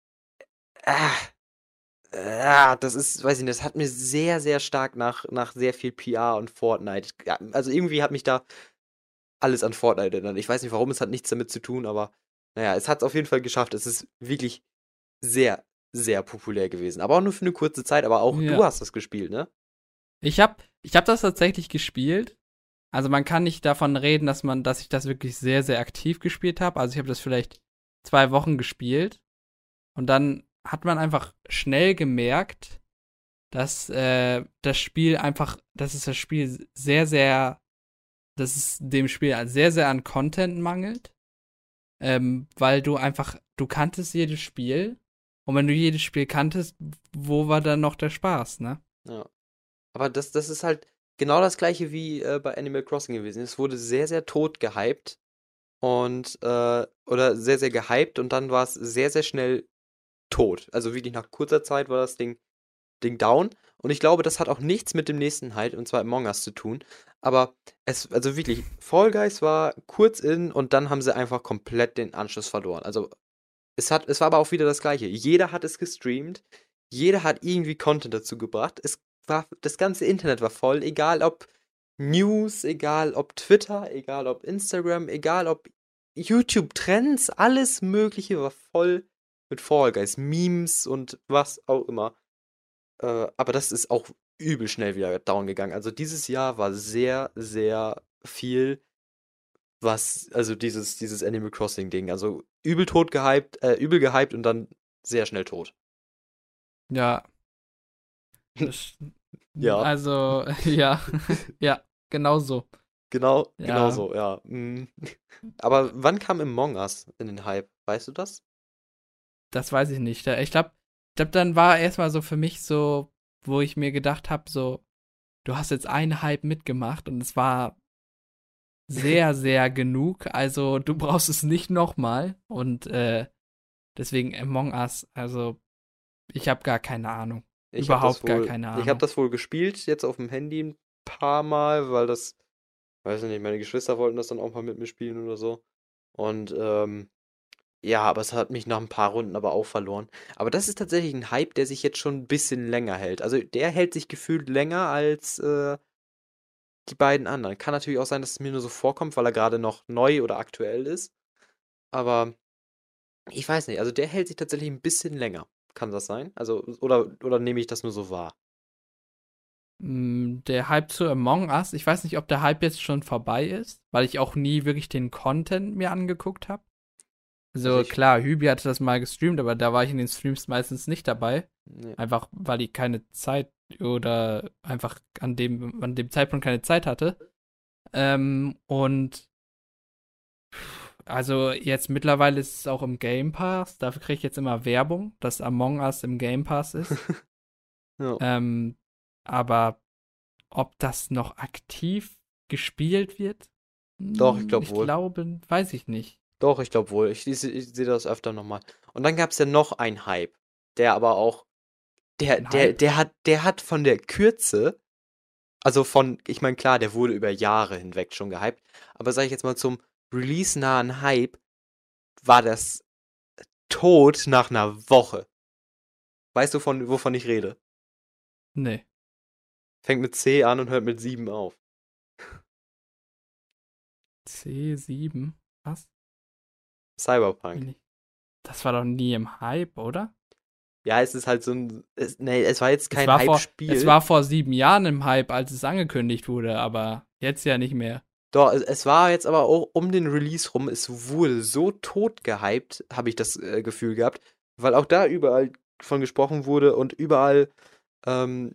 ah, ah, das ist, weiß ich nicht, das hat mir sehr, sehr stark nach, nach sehr viel P R und Fortnite. Ja, also irgendwie hat mich da alles an Fortnite erinnert. Ich weiß nicht warum, es hat nichts damit zu tun, aber naja, es hat es auf jeden Fall geschafft. Es ist wirklich sehr, sehr populär gewesen. Aber auch nur für eine kurze Zeit, aber auch du Ja. hast das gespielt, ne? Ich hab, ich hab das tatsächlich gespielt. Also man kann nicht davon reden, dass man, dass ich das wirklich sehr, sehr aktiv gespielt habe. Also ich habe das vielleicht zwei Wochen gespielt und dann hat man einfach schnell gemerkt, dass äh, das Spiel einfach, dass es das Spiel sehr, sehr, dass es dem Spiel sehr, sehr an Content mangelt, ähm, weil du einfach, du kanntest jedes Spiel und wenn du jedes Spiel kanntest, wo war dann noch der Spaß, ne? Ja. Aber das, das ist halt genau das gleiche wie äh, bei Animal Crossing gewesen. Es wurde sehr, sehr tot gehypt und äh, oder sehr, sehr gehypt und dann war es sehr, sehr schnell tot. Also wirklich nach kurzer Zeit war das Ding, Ding down. Und ich glaube, das hat auch nichts mit dem nächsten Hype, und zwar Among Us zu tun. Aber es, also wirklich, Fall Guys war kurz in und dann haben sie einfach komplett den Anschluss verloren. Also es hat, es war aber auch wieder das Gleiche. Jeder hat es gestreamt, jeder hat irgendwie Content dazu gebracht. Es war, das ganze Internet war voll, egal ob News, egal ob Twitter, egal ob Instagram, egal ob YouTube-Trends, alles Mögliche war voll mit Fall Guys, Memes und was auch immer. Äh, aber das ist auch übel schnell wieder down gegangen. Also dieses Jahr war sehr, sehr viel, was, also dieses, dieses Animal Crossing-Ding. Also übel tot gehypt, äh, übel gehypt und dann sehr schnell tot. Ja, das, Ja, also, ja, ja, genau so. genau, genau Ja, so, ja. Mm. Aber wann kam Among Us in den Hype? Weißt du das? das weiß ich nicht. Ich glaube, ich glaub, dann war erstmal so für mich so, wo ich mir gedacht habe, so, du hast jetzt einen Hype mitgemacht und es war sehr, sehr genug. Also du brauchst es nicht nochmal. Und äh, deswegen Among Us, also ich habe gar keine Ahnung. Ich habe das Überhaupt gar wohl, keine ich habe Ahnung. das wohl gespielt, jetzt auf dem Handy ein paar Mal, weil das, weiß ich nicht, meine Geschwister wollten das dann auch mal mit mir spielen oder so. Und ähm, ja, aber es hat mich nach ein paar Runden aber auch verloren. Aber das ist tatsächlich ein Hype, der sich jetzt schon ein bisschen länger hält. Also der hält sich gefühlt länger als äh, die beiden anderen. Kann natürlich auch sein, dass es mir nur so vorkommt, weil er gerade noch neu oder aktuell ist. Aber ich weiß nicht, also der hält sich tatsächlich ein bisschen länger. Kann das sein? Also, oder, oder nehme ich das nur so wahr? Mm, Der Hype zu Among Us, ich weiß nicht, ob der Hype jetzt schon vorbei ist, weil ich auch nie wirklich den Content mir angeguckt habe. Also Also ich, klar, Hübi hatte das mal gestreamt, aber da war ich in den Streams meistens nicht dabei. nee. Einfach weil ich keine Zeit oder einfach an dem, an dem Zeitpunkt keine Zeit hatte. Ähm, und also jetzt mittlerweile ist es auch im Game Pass. Dafür kriege ich jetzt immer Werbung, dass Among Us im Game Pass ist. Ja. Ähm, aber ob das noch aktiv gespielt wird? Doch, ich Hm, glaube ich wohl. glaube, weiß ich nicht. Doch, ich glaube wohl. Ich, ich, ich sehe das öfter nochmal. Und dann gab es ja noch einen Hype, der aber auch, der, Ein der, Hype? der hat, der hat von der Kürze, also von, ich meine, klar, der wurde über Jahre hinweg schon gehypt, aber sage ich jetzt mal zum release-nahen Hype, war das tot nach einer Woche. Weißt du, von, wovon ich rede? Nee. Fängt mit C an und hört mit sieben auf. C sieben? Was? Cyberpunk. Bin ich- Das war doch nie im Hype, oder? Ja, es ist halt so ein, es, nee, es war jetzt Es kein war vor, es Hype-Spiel. war vor sieben Jahren im Hype, als es angekündigt wurde, aber jetzt ja nicht mehr. Doch, es, es war jetzt aber auch um den Release rum, es wurde so tot gehypt, habe ich das äh, Gefühl gehabt, weil auch da überall von gesprochen wurde und überall ähm,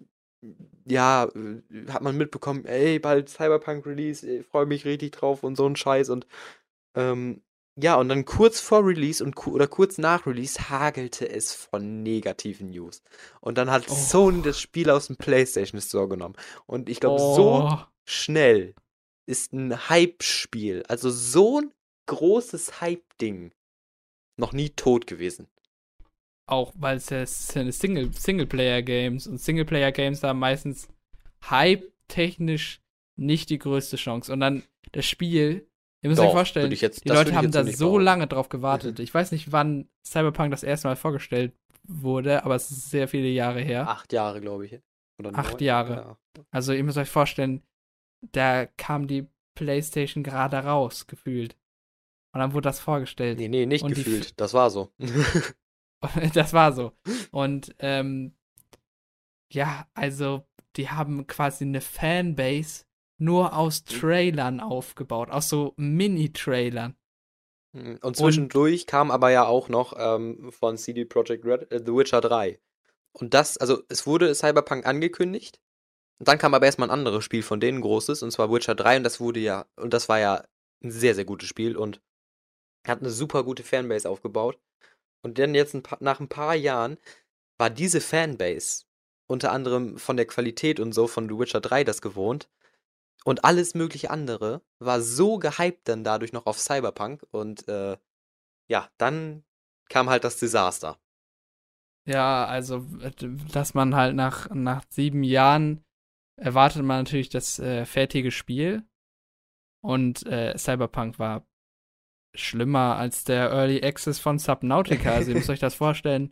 ja, äh, hat man mitbekommen, ey, bald Cyberpunk Release, ich freue mich richtig drauf und so ein Scheiß und ähm, ja, und dann kurz vor Release und ku oder kurz nach Release hagelte es von negativen News. Und dann hat Sony Oh, das Spiel aus dem PlayStation Store genommen. Und ich glaube, so oh. schnell ist ein Hype-Spiel, also so ein großes Hype-Ding, noch nie tot gewesen. Auch weil es ja es sind Single, Singleplayer-Games und Singleplayer-Games haben meistens hype-technisch nicht die größte Chance. Und dann das Spiel, ihr müsst euch Doch, würde vorstellen, ich jetzt, die das Leute würde ich haben jetzt so da nicht so behaupten. lange drauf gewartet. Ich weiß nicht, wann Cyberpunk das erste Mal vorgestellt wurde, aber es ist sehr viele Jahre her. Acht Jahre, glaube ich. Oder Acht neun? Jahre. Ja. Also ihr müsst euch vorstellen, da kam die PlayStation gerade raus, gefühlt. Und dann wurde das vorgestellt. Nee, nee, nicht Und die, gefühlt. Das war so. das war so. Und ähm, ja, also die haben quasi eine Fanbase nur aus Trailern aufgebaut, aus so Mini-Trailern. Mhm. Und Und zwischendurch kam aber ja auch noch ähm, von C D Projekt Red äh, The Witcher drei. Und das, also es wurde Cyberpunk angekündigt. Und dann kam aber erstmal ein anderes Spiel von denen, großes, und zwar Witcher drei. Und das wurde ja, und das war ja ein sehr, sehr gutes Spiel und hat eine super gute Fanbase aufgebaut. Und dann jetzt ein paar, nach ein paar Jahren war diese Fanbase unter anderem von der Qualität und so von The Witcher drei das gewohnt. Und alles mögliche andere war so gehypt dann dadurch noch auf Cyberpunk. Und äh, ja, dann kam halt das Desaster. ja, also, dass man halt nach, nach sieben Jahren erwartet man natürlich das äh, fertige Spiel. Und äh, Cyberpunk war schlimmer als der Early Access von Subnautica. Also ihr müsst euch das vorstellen,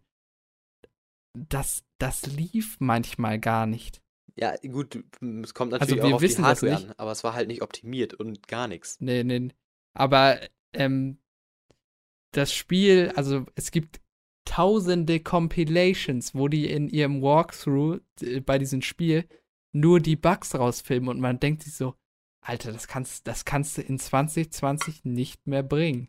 das, das lief manchmal gar nicht. Ja, gut, es kommt Also natürlich auch wir auf die wissen das Hardware nicht. an, aber es war halt nicht optimiert und gar nichts. Nee, nee. Aber ähm, das Spiel, also es gibt tausende Compilations, wo die in ihrem Walkthrough äh, bei diesem Spiel nur die Bugs rausfilmen und man denkt sich so, Alter, das kannst, das kannst du in zwanzig zwanzig nicht mehr bringen.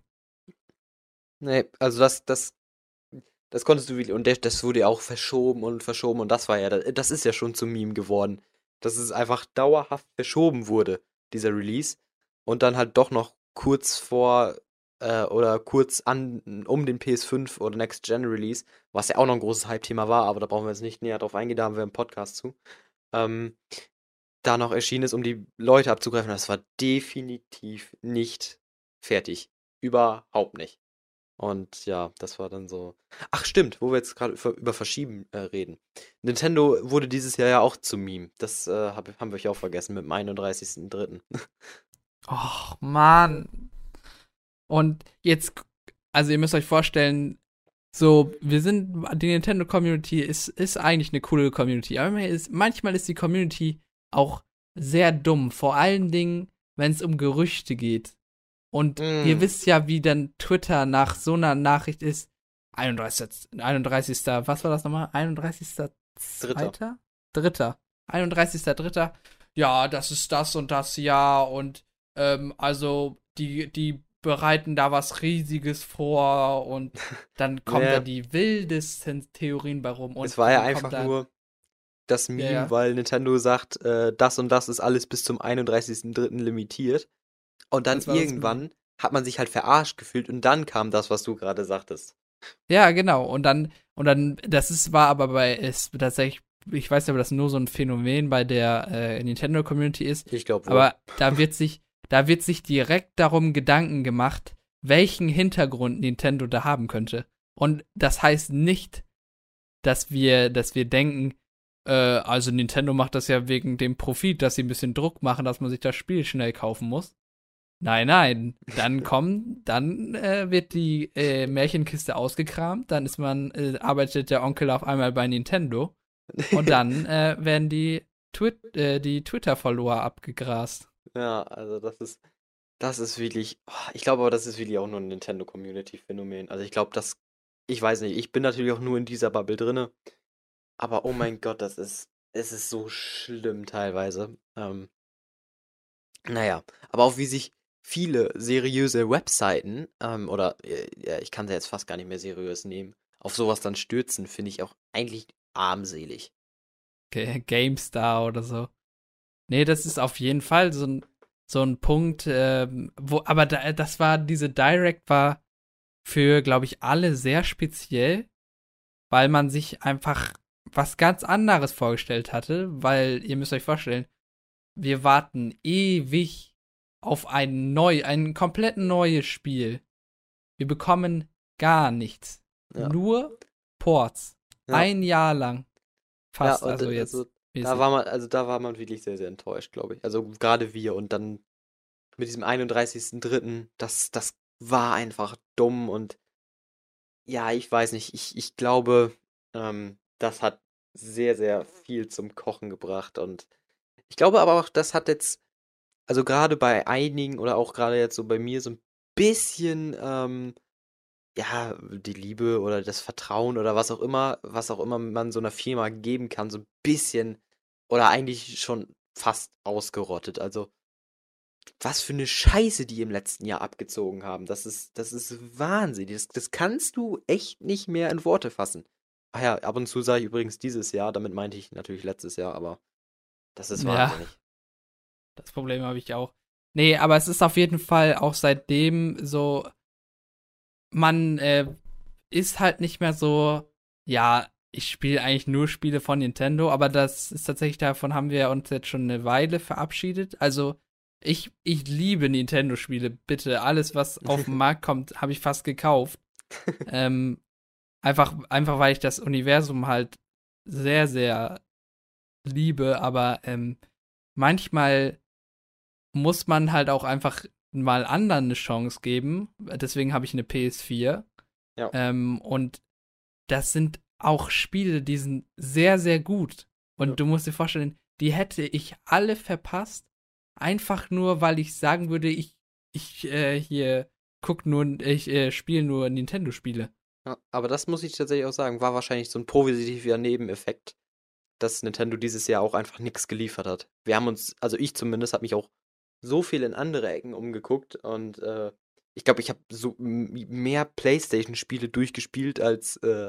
Nee, also das, das, das konntest du wirklich, und der, das wurde ja auch verschoben und verschoben und das war ja, das ist ja schon zum Meme geworden, dass es einfach dauerhaft verschoben wurde, dieser Release, und dann halt doch noch kurz vor äh, oder kurz an, um den P S fünf oder Next Gen Release, was ja auch noch ein großes Hype-Thema war, aber da brauchen wir jetzt nicht näher drauf eingehen, da haben wir einen Podcast zu, ähm, da noch erschienen ist, um die Leute abzugreifen. Das war definitiv nicht fertig. Überhaupt nicht. Und ja, das war dann so. Ach, stimmt, wo wir jetzt gerade über, über Verschieben äh, reden. Nintendo wurde dieses Jahr ja auch zum Meme. Das äh, hab, haben wir euch auch vergessen mit dem einunddreißigsten dritten Och, Mann. Und jetzt, also ihr müsst euch vorstellen, so, wir sind, die Nintendo-Community ist, ist eigentlich eine coole Community. Aber manchmal ist, manchmal ist die Community auch sehr dumm. Vor allen Dingen, wenn es um Gerüchte geht. Und ihr Mm, wisst ja, wie dann Twitter nach so einer Nachricht ist. einunddreißigster. einunddreißigster. Was war das nochmal? einunddreißigster. Dritter. Zweiter? Dritter. einunddreißigster. Dritter. Ja, das ist das und das Jahr. Und ähm, also die, die bereiten da was Riesiges vor. Und dann kommen da Naja, die wildesten Theorien bei rum. Und es war ja dann kommt einfach da. nur das Ja, Meme, ja. weil Nintendo sagt, äh, das und das ist alles bis zum einunddreißigsten dritten limitiert. Und dann Das war das Meme. irgendwann hat man sich halt verarscht gefühlt und dann kam das, was du gerade sagtest. Ja, genau. Und dann, und dann, das ist, war aber bei, ist tatsächlich, ich weiß nicht, ob das nur so ein Phänomen bei der äh, Nintendo-Community ist, Ich glaube wohl. aber da wird sich, da wird sich direkt darum Gedanken gemacht, welchen Hintergrund Nintendo da haben könnte. Und das heißt nicht, dass wir, dass wir denken, äh, also Nintendo macht das ja wegen dem Profit, dass sie ein bisschen Druck machen, dass man sich das Spiel schnell kaufen muss. Nein, nein. Dann kommen, dann äh, wird die äh, Märchenkiste ausgekramt, dann ist man, äh, arbeitet der Onkel auf einmal bei Nintendo und dann äh, werden die, Twit äh, die Twitter-Follower abgegrast. Ja, also das ist, das ist wirklich, oh, ich glaube aber, das ist wirklich auch nur ein Nintendo-Community-Phänomen. Also ich glaube, das, ich weiß nicht, ich bin natürlich auch nur in dieser Bubble drinne, aber oh mein Gott, das ist, es ist so schlimm teilweise. Ähm, naja, aber auch wie sich viele seriöse Webseiten, ähm, oder äh, ja, ich kann sie jetzt fast gar nicht mehr seriös nehmen, auf sowas dann stürzen, finde ich auch eigentlich armselig. G GameStar oder so. Nee, das ist auf jeden Fall so ein, so ein Punkt, ähm, wo, aber da, das war, diese Direct war für, glaube ich, alle sehr speziell, weil man sich einfach was ganz anderes vorgestellt hatte, weil ihr müsst euch vorstellen, wir warten ewig auf ein neu, ein komplett neues Spiel. Wir bekommen gar nichts. Ja. Nur Ports. Ja. Ein Jahr lang. Ja, Fast, und also äh, jetzt. also da mäßig. war man, also da war man wirklich sehr, sehr enttäuscht, glaube ich. Also gerade wir und dann mit diesem einunddreißigsten dritten das, das war einfach dumm und ja, ich weiß nicht, ich, ich glaube, ähm, das hat sehr, sehr viel zum Kochen gebracht und ich glaube aber auch, das hat jetzt, also gerade bei einigen oder auch gerade jetzt so bei mir so ein bisschen, ähm, ja, die Liebe oder das Vertrauen oder was auch immer, was auch immer man so einer Firma geben kann, so ein bisschen oder eigentlich schon fast ausgerottet. Also, was für eine Scheiße die im letzten Jahr abgezogen haben. Das ist das ist Wahnsinn. Das das kannst du echt nicht mehr in Worte fassen. Ach ja, ab und zu sage ich übrigens dieses Jahr, damit meinte ich natürlich letztes Jahr, aber das ist Ja, wahnsinnig. das Problem habe ich auch. Nee, aber es ist auf jeden Fall auch seitdem so, man äh, ist halt nicht mehr so, ja, ich spiele eigentlich nur Spiele von Nintendo, aber das ist tatsächlich, davon haben wir uns jetzt schon eine Weile verabschiedet. Also, ich, ich liebe Nintendo-Spiele, bitte. Alles, was auf den Markt kommt, habe ich fast gekauft. Ähm, einfach, einfach, weil ich das Universum halt sehr, sehr liebe, aber ähm, manchmal muss man halt auch einfach mal anderen eine Chance geben. Deswegen habe ich eine P S vier. Ja. Ähm, und das sind auch Spiele, die sind sehr, sehr gut. Ja. Und du musst dir vorstellen, die hätte ich alle verpasst, einfach nur, weil ich sagen würde, ich, ich äh, hier guck nur, ich äh, spiele nur Nintendo-Spiele. Ja, aber das muss ich tatsächlich auch sagen, war wahrscheinlich so ein positiver Nebeneffekt, dass Nintendo dieses Jahr auch einfach nichts geliefert hat. Wir haben uns, also ich zumindest, habe mich auch so viel in andere Ecken umgeguckt und äh, ich glaube, ich habe so m- mehr PlayStation-Spiele durchgespielt als, äh,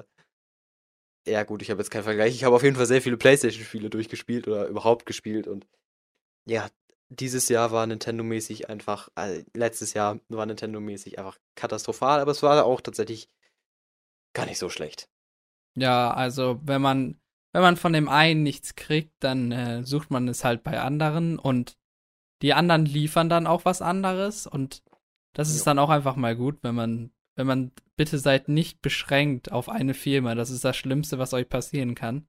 ja gut, ich habe jetzt keinen Vergleich, ich habe auf jeden Fall sehr viele PlayStation-Spiele durchgespielt oder überhaupt gespielt und ja, dieses Jahr war Nintendo-mäßig einfach, äh, letztes Jahr war Nintendo-mäßig einfach katastrophal, aber es war auch tatsächlich gar nicht so schlecht. Ja, also wenn man, wenn man von dem einen nichts kriegt, dann äh, sucht man es halt bei anderen und die anderen liefern dann auch was anderes und das Ja. ist dann auch einfach mal gut, wenn man, wenn man, bitte seid nicht beschränkt auf eine Firma. Das ist das Schlimmste, was euch passieren kann.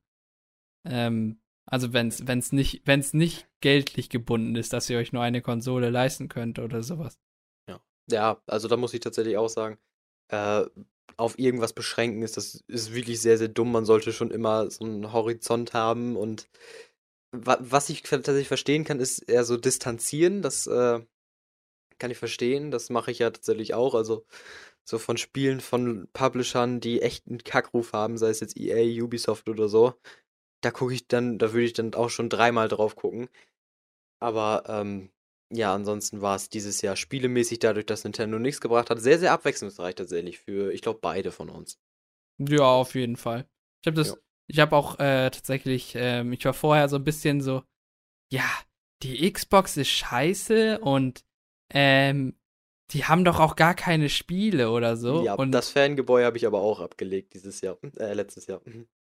Ähm, also wenn's, wenn's nicht, wenn's nicht geldlich gebunden ist, dass ihr euch nur eine Konsole leisten könnt oder sowas. Ja. Ja, also da muss ich tatsächlich auch sagen, äh, auf irgendwas beschränken ist das ist wirklich sehr, sehr dumm. Man sollte schon immer so einen Horizont haben und wa was ich tatsächlich verstehen kann, ist eher so distanzieren. Das, äh, kann ich verstehen. Das mache ich ja tatsächlich auch. Also, so von Spielen von Publishern, die echt 'n Kackruf haben, sei es jetzt E A, Ubisoft oder so, da gucke ich dann da würde ich dann auch schon dreimal drauf gucken. Aber, ähm, ja, ansonsten war es dieses Jahr spielemäßig dadurch, dass Nintendo nichts gebracht hat, sehr, sehr abwechslungsreich tatsächlich für, ich glaube, beide von uns. Ja, auf jeden Fall. Ich habe Ja. das, ich habe auch äh, tatsächlich, ähm, ich war vorher so ein bisschen so, ja, die Xbox ist scheiße und ähm, die haben doch auch gar keine Spiele oder so. Ja, Und das Fangebäude habe ich aber auch abgelegt dieses Jahr, äh, letztes Jahr.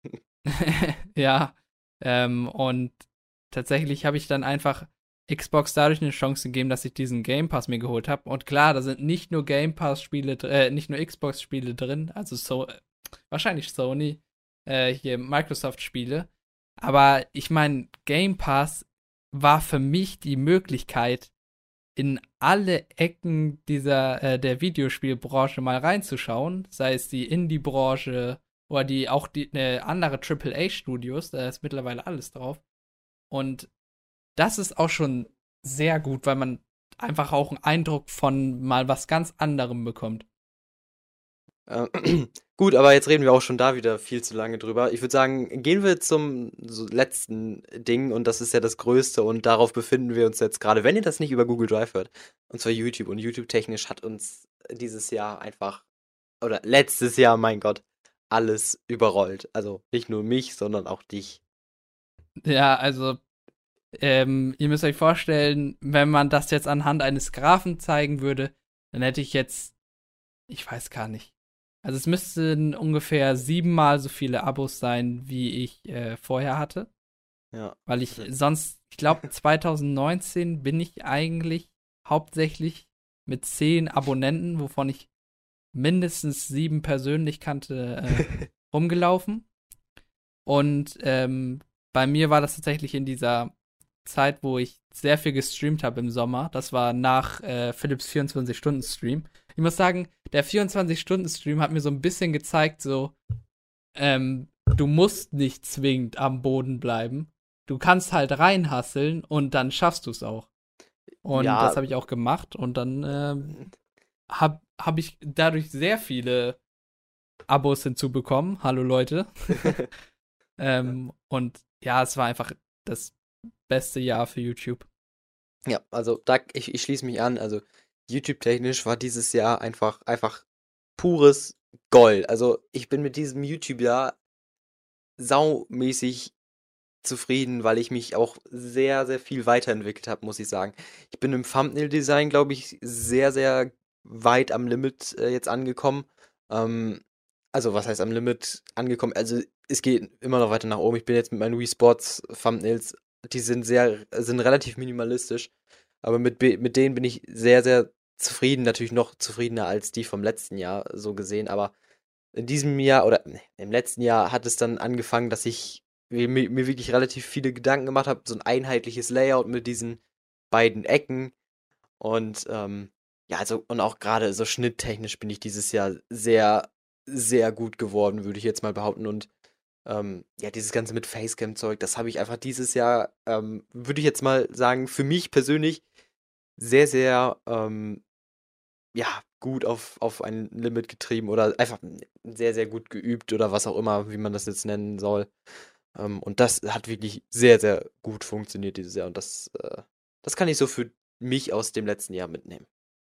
ja, ähm, und tatsächlich habe ich dann einfach Xbox dadurch eine Chance gegeben, dass ich diesen Game Pass mir geholt habe. Und klar, da sind nicht nur Game Pass-Spiele, äh, nicht nur Xbox-Spiele drin, also so, äh, wahrscheinlich Sony, äh, hier Microsoft-Spiele. Aber ich meine, Game Pass war für mich die Möglichkeit, in alle Ecken dieser äh, der Videospielbranche mal reinzuschauen, sei es die Indie-Branche oder die auch die äh, andere Triple A Studios, da ist mittlerweile alles drauf. Und das ist auch schon sehr gut, weil man einfach auch einen Eindruck von mal was ganz anderem bekommt. Äh, gut, aber jetzt reden wir auch schon da wieder viel zu lange drüber. Ich würde sagen, gehen wir zum so letzten Ding und das ist ja das Größte und darauf befinden wir uns jetzt gerade, wenn ihr das nicht über Google Drive hört, und zwar YouTube. Und YouTube-technisch hat uns dieses Jahr einfach, oder letztes Jahr, mein Gott, alles überrollt. Also nicht nur mich, sondern auch dich. Ja, also, ähm, ihr müsst euch vorstellen, wenn man das jetzt anhand eines Graphen zeigen würde, dann hätte ich jetzt, ich weiß gar nicht. Also es müssten ungefähr siebenmal so viele Abos sein, wie ich äh, vorher hatte. Ja. Weil ich sonst, ich glaube, zwanzig neunzehn bin ich eigentlich hauptsächlich mit zehn Abonnenten, wovon ich mindestens sieben persönlich kannte, äh, rumgelaufen. Und ähm, bei mir war das tatsächlich in dieser Zeit, wo ich sehr viel gestreamt habe im Sommer. Das war nach äh, Philips vierundzwanzig-Stunden-Stream. Ich muss sagen, der vierundzwanzig-Stunden-Stream hat mir so ein bisschen gezeigt, so, ähm, du musst nicht zwingend am Boden bleiben. Du kannst halt reinhasseln und dann schaffst du es auch. Und das Ja. habe ich auch gemacht und dann ähm, habe hab ich dadurch sehr viele Abos hinzubekommen. Hallo Leute. ähm, und ja, es war einfach das beste Jahr für YouTube. Ja, also da, ich, ich schließe mich an. Also YouTube-technisch war dieses Jahr einfach, einfach pures Gold. Also ich bin mit diesem YouTube-Jahr saumäßig zufrieden, weil ich mich auch sehr, sehr viel weiterentwickelt habe, muss ich sagen. Ich bin im Thumbnail-Design, glaube ich, sehr, sehr weit am Limit äh, jetzt angekommen. Ähm, also was heißt am Limit angekommen? Also es geht immer noch weiter nach oben. Ich bin jetzt mit meinen Wii Sports Thumbnails, die sind sehr, sind relativ minimalistisch, aber mit, be- mit denen bin ich sehr, sehr zufrieden. Natürlich noch zufriedener als die vom letzten Jahr, so gesehen, aber in diesem Jahr oder ne, im letzten Jahr hat es dann angefangen, dass ich mir, mir mir wirklich relativ viele Gedanken gemacht habe, so ein einheitliches Layout mit diesen beiden Ecken und ähm, ja, also und auch gerade so schnitttechnisch bin ich dieses Jahr sehr, sehr gut geworden, würde ich jetzt mal behaupten und ähm, ja, dieses Ganze mit Facecam-Zeug, das habe ich einfach dieses Jahr, ähm, würde ich jetzt mal sagen, für mich persönlich sehr, sehr ähm, ja, gut auf, auf ein Limit getrieben oder einfach sehr, sehr gut geübt oder was auch immer, wie man das jetzt nennen soll. Ähm, und das hat wirklich sehr, sehr gut funktioniert dieses Jahr. Und das, äh, das kann ich so für mich aus dem letzten Jahr mitnehmen.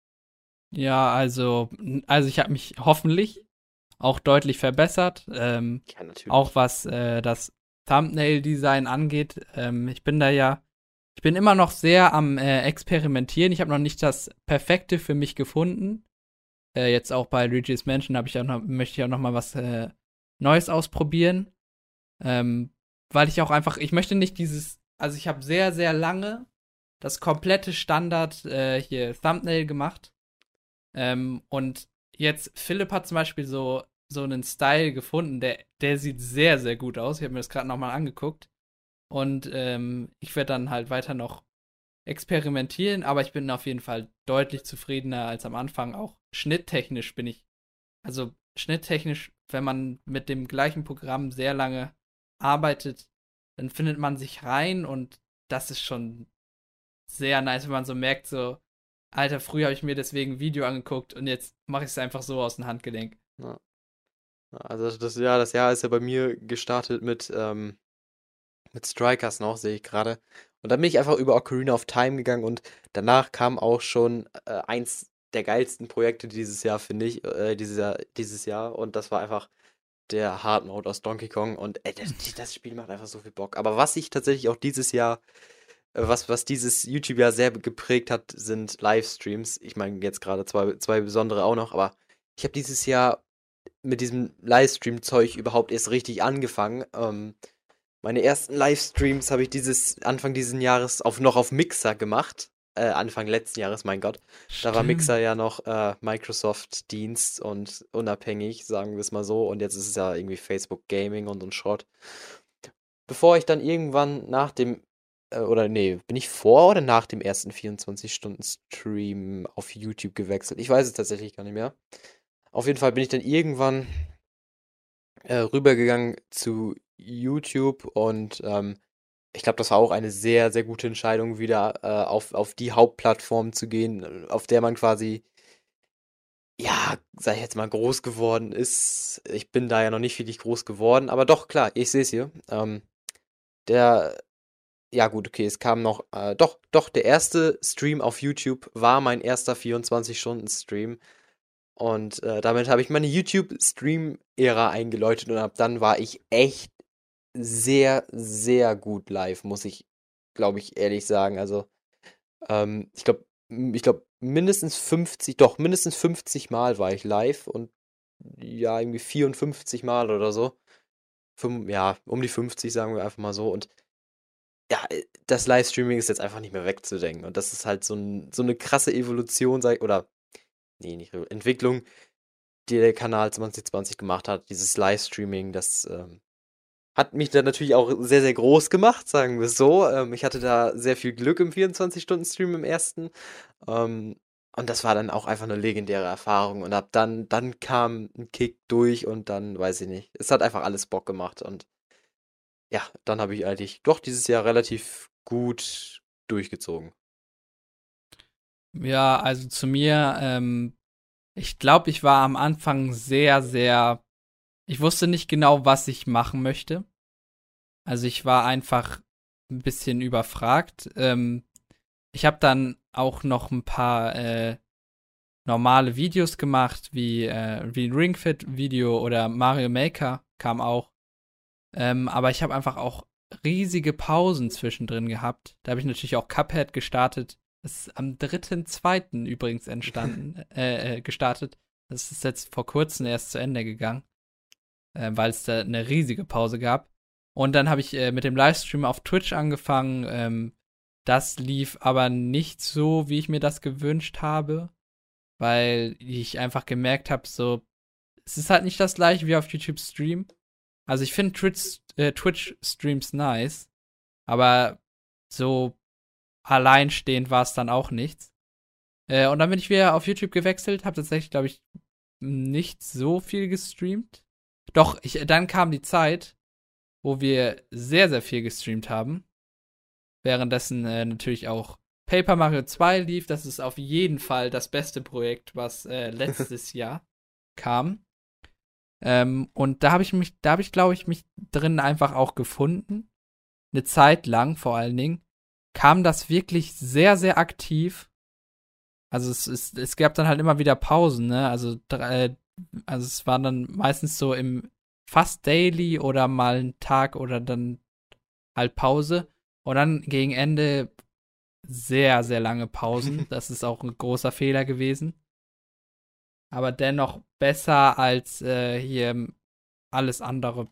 Ja, also, also ich habe mich hoffentlich auch deutlich verbessert. Ähm, Ja, natürlich. auch was äh, das Thumbnail-Design angeht. Ähm, ich bin da ja, ich bin immer noch sehr am äh, Experimentieren. Ich habe noch nicht das Perfekte für mich gefunden. Äh, jetzt auch bei Luigi's Mansion habe ich auch noch, möchte ich auch noch mal was äh, Neues ausprobieren. Ähm, weil ich auch einfach, ich möchte nicht dieses, also ich habe sehr, sehr lange das komplette Standard äh, hier Thumbnail gemacht. Ähm, und jetzt, Philipp hat zum Beispiel so, so einen Style gefunden, der, der sieht sehr, sehr gut aus. Ich habe mir das gerade nochmal angeguckt. Und ähm, ich werde dann halt weiter noch experimentieren, aber ich bin auf jeden Fall deutlich zufriedener als am Anfang. Auch schnitttechnisch bin ich, also schnitttechnisch, wenn man mit dem gleichen Programm sehr lange arbeitet, dann findet man sich rein und das ist schon sehr nice, wenn man so merkt, so, Alter, früher habe ich mir deswegen ein Video angeguckt und jetzt mache ich es einfach so aus dem Handgelenk. Ja. Ja, also das Jahr, das Jahr ist ja bei mir gestartet mit, ähm, mit Strikers noch, sehe ich gerade. Und dann bin ich einfach über Ocarina of Time gegangen und danach kam auch schon äh, eins der geilsten Projekte dieses Jahr, finde ich, äh, dieses Jahr, dieses Jahr. Und das war einfach der Hard Mode aus Donkey Kong. Und ey, das, das Spiel macht einfach so viel Bock. Aber was ich tatsächlich auch dieses Jahr, äh, was, was dieses YouTube-Jahr sehr geprägt hat, sind Livestreams. Ich meine, jetzt gerade zwei, zwei besondere auch noch, aber ich habe dieses Jahr mit diesem Livestream-Zeug überhaupt erst richtig angefangen. Ähm, meine ersten Livestreams habe ich dieses Anfang dieses Jahres auf, noch auf Mixer gemacht. Äh, Anfang letzten Jahres, mein Gott. Da war Stimmt. Mixer ja noch äh, Microsoft-Dienst und unabhängig, sagen wir es mal so. Und jetzt ist es ja irgendwie Facebook Gaming und so ein Schrott. Bevor ich dann irgendwann nach dem, äh, oder nee, bin ich vor oder nach dem ersten vierundzwanzig-Stunden-Stream auf YouTube gewechselt? Ich weiß es tatsächlich gar nicht mehr. Auf jeden Fall bin ich dann irgendwann äh, rübergegangen zu YouTube und ähm, ich glaube, das war auch eine sehr, sehr gute Entscheidung, wieder äh, auf, auf die Hauptplattform zu gehen, äh, auf der man quasi, ja, sag ich jetzt mal, groß geworden ist. Ich bin da ja noch nicht wirklich groß geworden, aber doch, klar, ich sehe es hier. Ähm, der, ja gut, okay, es kam noch, äh, doch, doch, der erste Stream auf YouTube war mein erster vierundzwanzig-Stunden-Stream. Und äh, damit habe ich meine YouTube-Stream-Ära eingeläutet und ab dann war ich echt sehr, sehr gut live, muss ich, glaube ich, ehrlich sagen. Also, ähm, ich glaube, ich glaube, mindestens fünfzig, doch, mindestens fünfzig Mal war ich live und ja, irgendwie vierundfünfzig Mal oder so. Fünf, ja, um die fünfzig, sagen wir einfach mal so. Und ja, äh, das Livestreaming ist jetzt einfach nicht mehr wegzudenken. Und das ist halt so, ein, so eine krasse Evolution, sag ich, oder, nee, nicht Re- Entwicklung, die der Kanal zwanzig zwanzig gemacht hat. Dieses Livestreaming, das ähm, hat mich dann natürlich auch sehr, sehr groß gemacht, sagen wir es so. Ähm, ich hatte da sehr viel Glück im vierundzwanzig-Stunden-Stream im ersten. Ähm, und das war dann auch einfach eine legendäre Erfahrung. Und ab dann, dann kam ein Kick durch und dann, weiß ich nicht. Es hat einfach alles Bock gemacht. Und ja, dann habe ich eigentlich doch dieses Jahr relativ gut durchgezogen. Ja, also zu mir, ähm, ich glaube, ich war am Anfang sehr, sehr, ich wusste nicht genau, was ich machen möchte. Also ich war einfach ein bisschen überfragt. Ähm, ich habe dann auch noch ein paar äh, normale Videos gemacht, wie, äh, wie ein Ringfit-Video oder Mario Maker kam auch. Ähm, aber ich habe einfach auch riesige Pausen zwischendrin gehabt. Da habe ich natürlich auch Cuphead gestartet. Das ist am dritten zweiten übrigens entstanden, äh, äh, gestartet. Das ist jetzt vor kurzem erst zu Ende gegangen, äh, weil es da eine riesige Pause gab. Und dann habe ich äh, mit dem Livestream auf Twitch angefangen. Ähm, das lief aber nicht so, wie ich mir das gewünscht habe, weil ich einfach gemerkt habe, so, es ist halt nicht das gleiche wie auf YouTube Stream. Also ich finde Twitch, äh, Twitch-Streams nice, aber so alleinstehend war es dann auch nichts. Äh, und dann bin ich wieder auf YouTube gewechselt, habe tatsächlich, glaube ich, nicht so viel gestreamt. Doch, ich, dann kam die Zeit, wo wir sehr, sehr viel gestreamt haben. Währenddessen äh, natürlich auch Paper Mario zwei lief. Das ist auf jeden Fall das beste Projekt, was äh, letztes Jahr kam. Ähm, und da habe ich mich, da habe ich, glaube ich, mich drin einfach auch gefunden. Eine Zeit lang vor allen Dingen. Kam das wirklich sehr, sehr aktiv. Also es, es, es gab dann halt immer wieder Pausen, ne? Also, drei, also es waren dann meistens so im fast daily oder mal ein Tag oder dann halt Pause. Und dann gegen Ende sehr, sehr lange Pausen. Das ist auch ein großer Fehler gewesen. Aber dennoch besser als äh, hier alles andere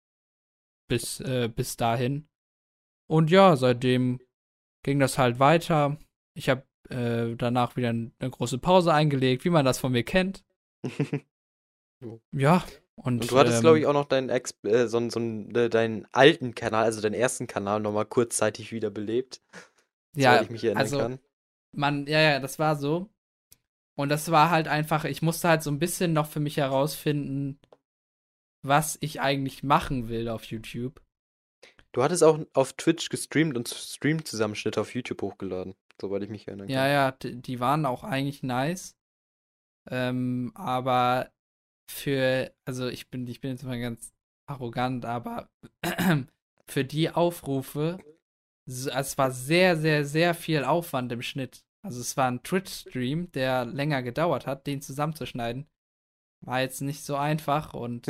bis, äh, bis dahin. Und ja, seitdem ging das halt weiter. Ich habe äh, danach wieder eine große Pause eingelegt, wie man das von mir kennt. Ja, und, Und du hattest, glaube ich, ähm, auch noch deinen, Ex äh, so, so, äh, deinen alten Kanal, also deinen ersten Kanal, nochmal kurzzeitig wiederbelebt, soweit ja, ich mich erinnern also kann. man, ja, ja, das war so. Und das war halt einfach, ich musste halt so ein bisschen noch für mich herausfinden, was ich eigentlich machen will auf YouTube. Du hattest auch auf Twitch gestreamt und Stream-Zusammenschnitte auf YouTube hochgeladen, soweit ich mich erinnern Ja, kann. ja, d- die waren auch eigentlich nice. Ähm, aber für, also ich bin, ich bin jetzt mal ganz arrogant, aber für die Aufrufe, s- es war sehr, sehr, sehr viel Aufwand im Schnitt. Also es war ein Twitch-Stream, der länger gedauert hat, den zusammenzuschneiden. War jetzt nicht so einfach und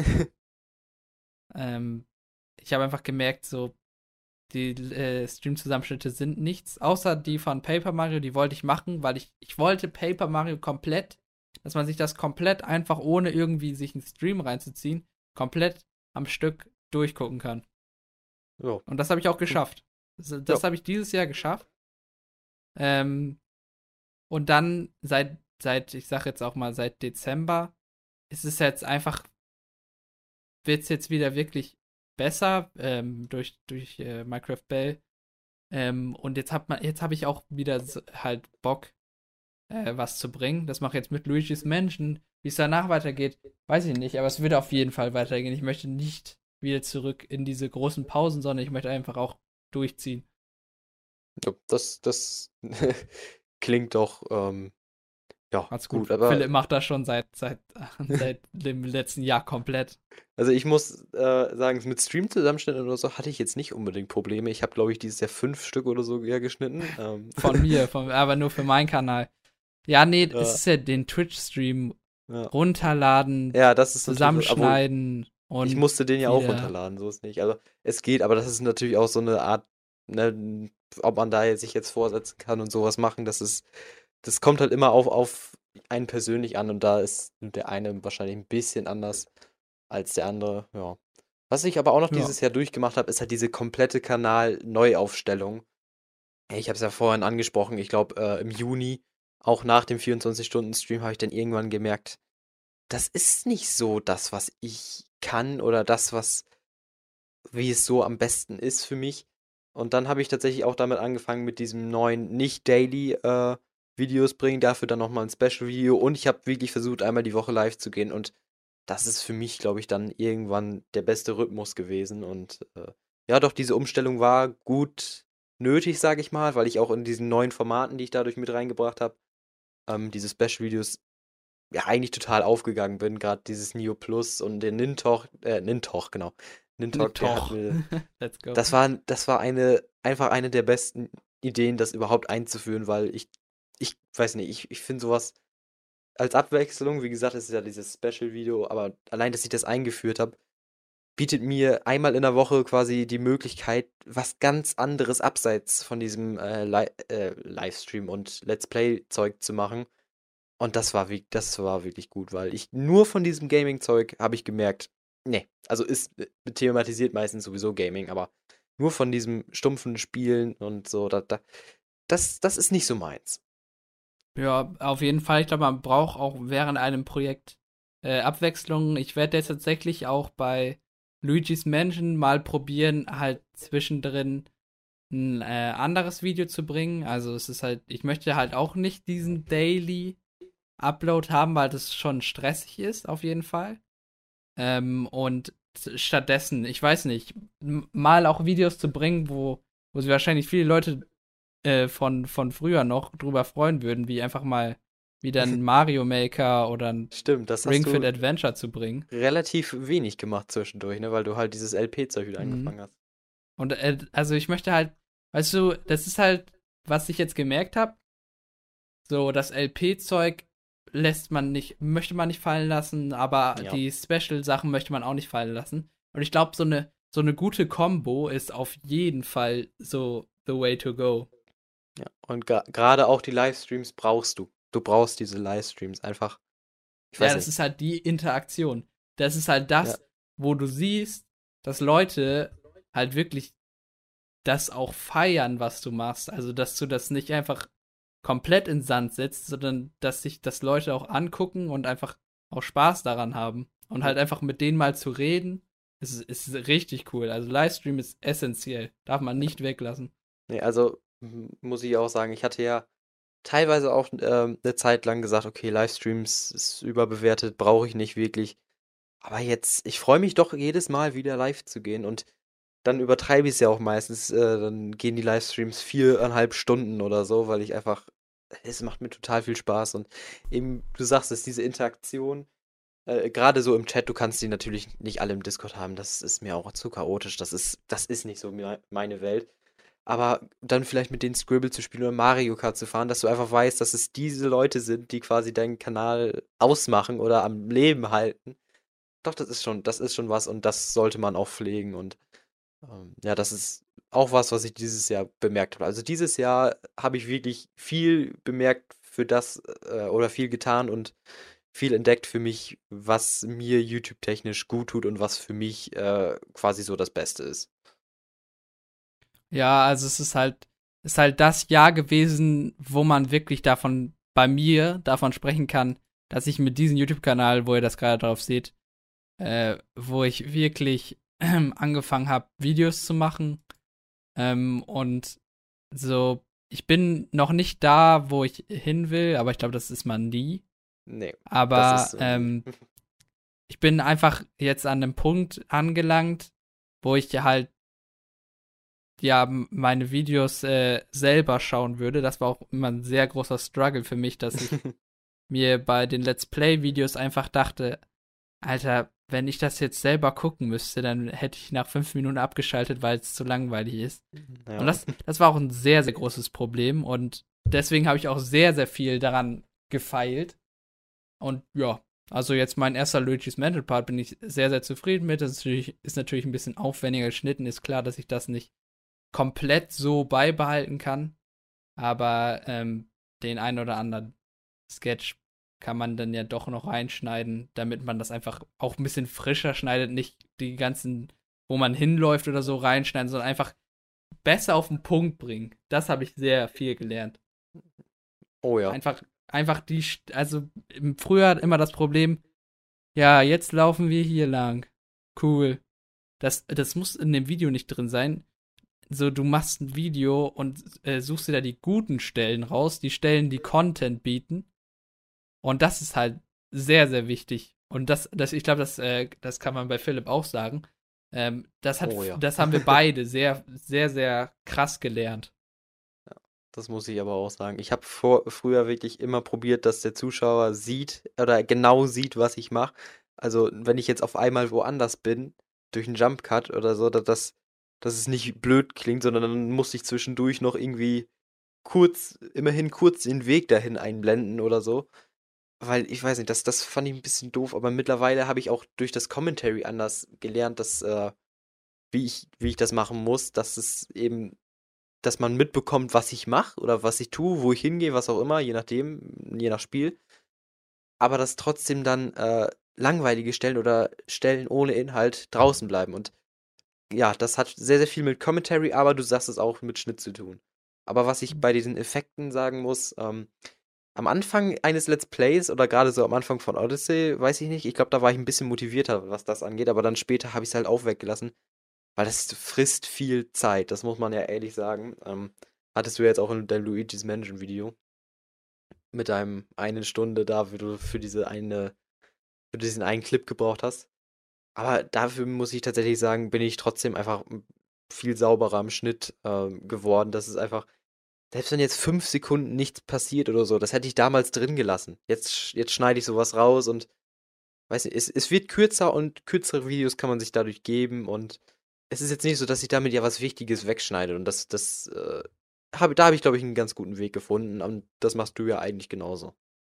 ähm, ich habe einfach gemerkt, so, die äh, Stream-Zusammenschnitte sind nichts, außer die von Paper Mario, die wollte ich machen, weil ich, ich wollte Paper Mario komplett, dass man sich das komplett einfach ohne irgendwie sich einen Stream reinzuziehen, komplett am Stück durchgucken kann. Ja. Und das habe ich auch Hm. geschafft. Das, Ja. das habe ich dieses Jahr geschafft. Ähm, und dann seit, seit, ich sag jetzt auch mal seit Dezember, ist es jetzt einfach, wird es jetzt wieder wirklich besser ähm, durch, durch äh, Minecraft Bell. Ähm, und jetzt hat man, jetzt habe ich auch wieder so, halt Bock, äh, was zu bringen. Das mache ich jetzt mit Luigi's Mansion. Wie es danach weitergeht, weiß ich nicht, aber es wird auf jeden Fall weitergehen. Ich möchte nicht wieder zurück in diese großen Pausen, sondern ich möchte einfach auch durchziehen. Ja, das, das klingt doch, ähm, ja, Ganz gut. gut, aber Philipp macht das schon seit, seit, seit dem letzten Jahr komplett. also ich muss äh, sagen, mit Stream-Zusammenschnitten oder so hatte ich jetzt nicht unbedingt Probleme. Ich habe, glaube ich, dieses Jahr fünf Stück oder so eher geschnitten. Ähm, Von mir, von, aber nur für meinen Kanal. Ja, nee, es ja, ist ja den Twitch-Stream ja. runterladen, Ja, das ist natürlich, obwohl, zusammenschneiden. Und Ich musste den ja auch wieder, runterladen, so ist nicht. Also es geht, aber das ist natürlich auch so eine Art, ne, ob man da jetzt sich jetzt vorsetzen kann und sowas machen, das ist, das kommt halt immer auf, auf einen persönlich an und da ist der eine wahrscheinlich ein bisschen anders als der andere, ja. Was ich aber auch noch ja, dieses Jahr durchgemacht habe, ist halt diese komplette Kanal-Neuaufstellung. Ich habe es ja vorhin angesprochen, ich glaube äh, im Juni, auch nach dem vierundzwanzig-Stunden-Stream, habe ich dann irgendwann gemerkt, das ist nicht so das, was ich kann oder das, was, wie es so am besten ist für mich. Und dann habe ich tatsächlich auch damit angefangen mit diesem neuen nicht-daily äh, Videos bringen, dafür dann nochmal ein Special-Video und ich habe wirklich versucht, einmal die Woche live zu gehen und das ist für mich, glaube ich, dann irgendwann der beste Rhythmus gewesen und äh, ja, doch, diese Umstellung war gut nötig, sage ich mal, weil ich auch in diesen neuen Formaten, die ich dadurch mit reingebracht habe, ähm, diese Special-Videos ja eigentlich total aufgegangen bin. Gerade dieses Neo Plus und der Nintok, äh, Nintok, genau. ne, Nintok, der hat doch. mir, Let's go. das war, das war eine, einfach eine der besten Ideen, das überhaupt einzuführen, weil ich, ich weiß nicht, ich, ich finde sowas als Abwechslung, wie gesagt, es ist ja dieses Special-Video, aber allein, dass ich das eingeführt habe, bietet mir einmal in der Woche quasi die Möglichkeit, was ganz anderes abseits von diesem äh, Li äh, Livestream und Let's Play-Zeug zu machen. Und das war, wie, das war wirklich gut, weil ich nur von diesem Gaming-Zeug habe ich gemerkt, nee, also ist äh, thematisiert meistens sowieso Gaming, aber nur von diesem stumpfen Spielen und so, da, da, das, das ist nicht so meins. Ja, auf jeden Fall. Ich glaube, man braucht auch während einem Projekt äh, Abwechslung. Ich werde jetzt tatsächlich auch bei Luigi's Mansion mal probieren, halt zwischendrin ein äh, anderes Video zu bringen. Also es ist halt, ich möchte halt auch nicht diesen Daily Upload haben, weil das schon stressig ist, auf jeden Fall. Ähm, und stattdessen, ich weiß nicht, m- mal auch Videos zu bringen, wo, wo sich wahrscheinlich viele Leute äh, von, von früher noch drüber freuen würden, wie einfach mal wieder ein Mario Maker oder ein Stimmt, das hast Ring Fit du Adventure zu bringen. relativ wenig gemacht zwischendurch, ne, weil du halt dieses L P-Zeug wieder Mhm. angefangen hast. Und äh, also ich möchte halt, weißt du, das ist halt, was ich jetzt gemerkt habe, so das L P-Zeug lässt man nicht, möchte man nicht fallen lassen, aber Ja. die Special-Sachen möchte man auch nicht fallen lassen. Und ich glaube, so eine, so eine gute Combo ist auf jeden Fall so the way to go. Ja, und gra- gerade auch die Livestreams brauchst du. Du brauchst diese Livestreams einfach. Ich Ja, weiß das nicht. ist halt die Interaktion. Das ist halt Ja, das, wo du siehst, dass Leute halt wirklich das auch feiern, was du machst. Also, dass du das nicht einfach komplett in den Sand setzt, sondern dass sich das Leute auch angucken und einfach auch Spaß daran haben. Und ja. halt einfach mit denen mal zu reden, ist, ist richtig cool. Also, Livestream ist essentiell. Darf man nicht weglassen. Nee, also m- muss ich auch sagen, ich hatte ja teilweise auch ähm, eine Zeit lang gesagt, okay, Livestreams ist überbewertet, brauche ich nicht wirklich. Aber jetzt, ich freue mich doch jedes Mal wieder live zu gehen und dann übertreibe ich es ja auch meistens. Äh, dann gehen die Livestreams viereinhalb Stunden oder so, weil ich einfach, es macht mir total viel Spaß und eben, du sagst es, diese Interaktion. Äh, gerade so im Chat, du kannst die natürlich nicht alle im Discord haben, das ist mir auch zu chaotisch, das ist, das ist nicht so mei- meine Welt. Aber dann vielleicht mit denen Scribble zu spielen oder Mario Kart zu fahren, dass du einfach weißt, dass es diese Leute sind, die quasi deinen Kanal ausmachen oder am Leben halten. Doch, das ist schon, das ist schon was und das sollte man auch pflegen und ähm, ja, das ist auch was, was ich dieses Jahr bemerkt habe. Also dieses Jahr habe ich wirklich viel bemerkt für das äh, oder viel getan und viel entdeckt für mich, was mir YouTube-technisch gut tut und was für mich äh, quasi so das Beste ist. Ja, also es ist halt, ist halt das Jahr gewesen, wo man wirklich davon, bei mir, davon sprechen kann, dass ich mit diesem YouTube-Kanal, wo ihr das gerade drauf seht, äh, wo ich wirklich ähm, angefangen habe, Videos zu machen. Ähm, und so, ich bin noch nicht da, wo ich hin will, aber ich glaube, das ist man nie. Nee, das ist Aber so nie. ähm, ich bin einfach jetzt an einem Punkt angelangt, wo ich halt ja m- meine Videos äh, selber schauen würde. Das war auch immer ein sehr großer Struggle für mich, dass ich mir bei den Let's Play-Videos einfach dachte, Alter, wenn ich das jetzt selber gucken müsste, dann hätte ich nach fünf Minuten abgeschaltet, weil es zu langweilig ist. Und Ja. das, das war auch ein sehr, sehr großes Problem. Und deswegen habe ich auch sehr, sehr viel daran gefeilt. Und ja, Also jetzt mein erster Luigi's Mansion Part bin ich sehr, sehr zufrieden mit. Das ist natürlich, ist natürlich ein bisschen aufwendiger geschnitten. Ist klar, dass ich das nicht komplett so beibehalten kann. Aber ähm, den ein oder anderen Sketch kann man dann ja doch noch reinschneiden, damit man das einfach auch ein bisschen frischer schneidet. Nicht die ganzen, wo man hinläuft oder so reinschneiden, sondern einfach besser auf den Punkt bringen. Das habe ich sehr viel gelernt. Oh ja. Einfach, einfach die, also im Frühjahr immer das Problem, ja, jetzt laufen wir hier lang. Cool. Das, das muss in dem Video nicht drin sein. So, du machst ein Video und äh, suchst dir da die guten Stellen raus, die Stellen, die Content bieten. Und das ist halt sehr, sehr wichtig. Und das, das ich glaube, das, äh, das kann man bei Philipp auch sagen. Ähm, das, hat, Oh ja. das haben wir beide sehr, sehr, sehr krass gelernt. Das muss ich aber auch sagen. Ich habe vor früher wirklich immer probiert, dass der Zuschauer sieht oder genau sieht, was ich mache. Also, wenn ich jetzt auf einmal woanders bin, durch 'n Jump Cut oder so, da dass dass es nicht blöd klingt, sondern dann musste ich zwischendurch noch irgendwie kurz immerhin kurz den Weg dahin einblenden oder so. Weil ich weiß nicht, das das fand ich ein bisschen doof, aber mittlerweile habe ich auch durch das Commentary anders gelernt, dass, äh wie ich wie ich das machen muss, dass es eben dass man mitbekommt, was ich mache oder was ich tue, wo ich hingehe, was auch immer, je nachdem, je nach Spiel. Aber dass trotzdem dann äh, langweilige Stellen oder Stellen ohne Inhalt draußen bleiben. Und ja, das hat sehr, sehr viel mit Commentary, aber du sagst es auch mit Schnitt zu tun. Aber was ich bei diesen Effekten sagen muss, ähm, am Anfang eines Let's Plays oder gerade so am Anfang von Odyssey, weiß ich nicht, ich glaube, da war ich ein bisschen motivierter, was das angeht, aber dann später habe ich es halt auch weggelassen, weil das frisst viel Zeit, das muss man ja ehrlich sagen. Ähm, hattest du ja jetzt auch in deinem Luigi's Mansion Video mit deinem eine Stunde da, wie du für diese eine, für diesen einen Clip gebraucht hast. Aber dafür muss ich tatsächlich sagen, bin ich trotzdem einfach viel sauberer im Schnitt ähm, geworden. Das ist einfach, selbst wenn jetzt fünf Sekunden nichts passiert oder so, das hätte ich damals drin gelassen. Jetzt, sch- jetzt schneide ich sowas raus und weiß nicht, es, es wird kürzer und kürzere Videos kann man sich dadurch geben und es ist jetzt nicht so, dass ich damit ja was Wichtiges wegschneide und das, das, äh, habe, da habe ich, glaube ich, einen ganz guten Weg gefunden und das machst du ja eigentlich genauso.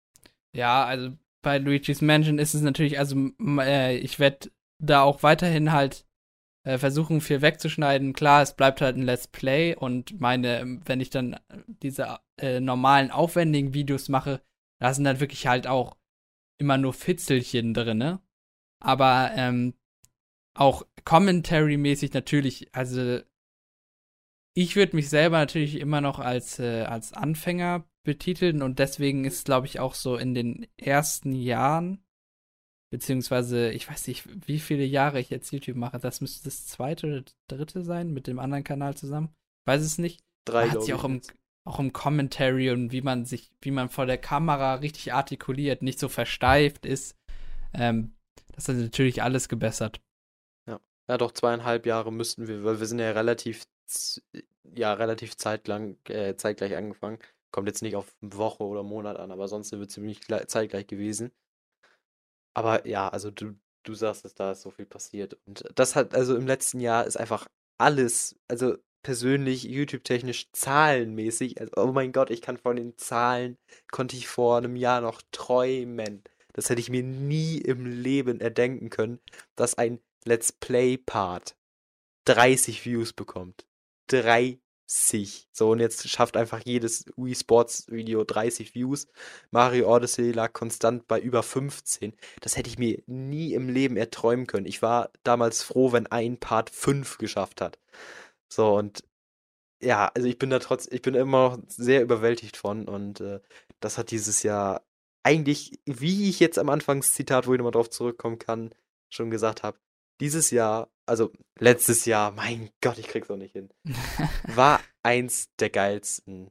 Ja, also bei Luigi's Mansion ist es natürlich, also m- äh, ich werde da auch weiterhin halt äh, versuchen, viel wegzuschneiden. Klar, es bleibt halt ein Let's Play und meine, ähm, wenn ich dann diese äh, normalen, aufwendigen Videos mache, da sind dann wirklich halt auch immer nur Fitzelchen drin, ne? Aber ähm, auch Commentary-mäßig natürlich, also ich würde mich selber natürlich immer noch als, äh, als Anfänger betiteln und deswegen ist, glaube ich, auch so in den ersten Jahren, beziehungsweise ich weiß nicht, wie viele Jahre ich jetzt YouTube mache, das müsste das zweite oder dritte sein mit dem anderen Kanal zusammen. Weiß es nicht. Drei, Man hat sich glaube auch ich im, jetzt. auch im Commentary und wie man sich, wie man vor der Kamera richtig artikuliert, nicht so versteift ist. Ähm, das ist natürlich alles gebessert. Ja. Ja, doch, zweieinhalb Jahre müssten wir, weil wir sind ja relativ, z- ja, relativ zeitlang, äh, zeitgleich angefangen. Kommt jetzt nicht auf Woche oder Monat an, aber sonst sind wir ziemlich gle- zeitgleich gewesen. Aber ja, also du, du sagst es, da ist so viel passiert. Und das hat, also im letzten Jahr ist einfach alles, also persönlich, YouTube-technisch, zahlenmäßig, also, oh mein Gott, ich kann von den Zahlen, konnte ich vor einem Jahr noch träumen. Das hätte ich mir nie im Leben erdenken können, dass ein Let's Play-Part dreißig Views bekommt. dreißig. So, und jetzt schafft einfach jedes Wii Sports Video dreißig Views. Mario Odyssey lag konstant bei über fünfzehn. Das hätte ich mir nie im Leben erträumen können. Ich war damals froh, wenn ein Part fünf geschafft hat. So, und ja, also ich bin da trotz, ich bin immer noch sehr überwältigt von und äh, das hat dieses Jahr eigentlich, wie ich jetzt am Anfangszitat, wo ich nochmal drauf zurückkommen kann, schon gesagt habe, dieses Jahr, also letztes Jahr, mein Gott, ich krieg's auch nicht hin, war eins der geilsten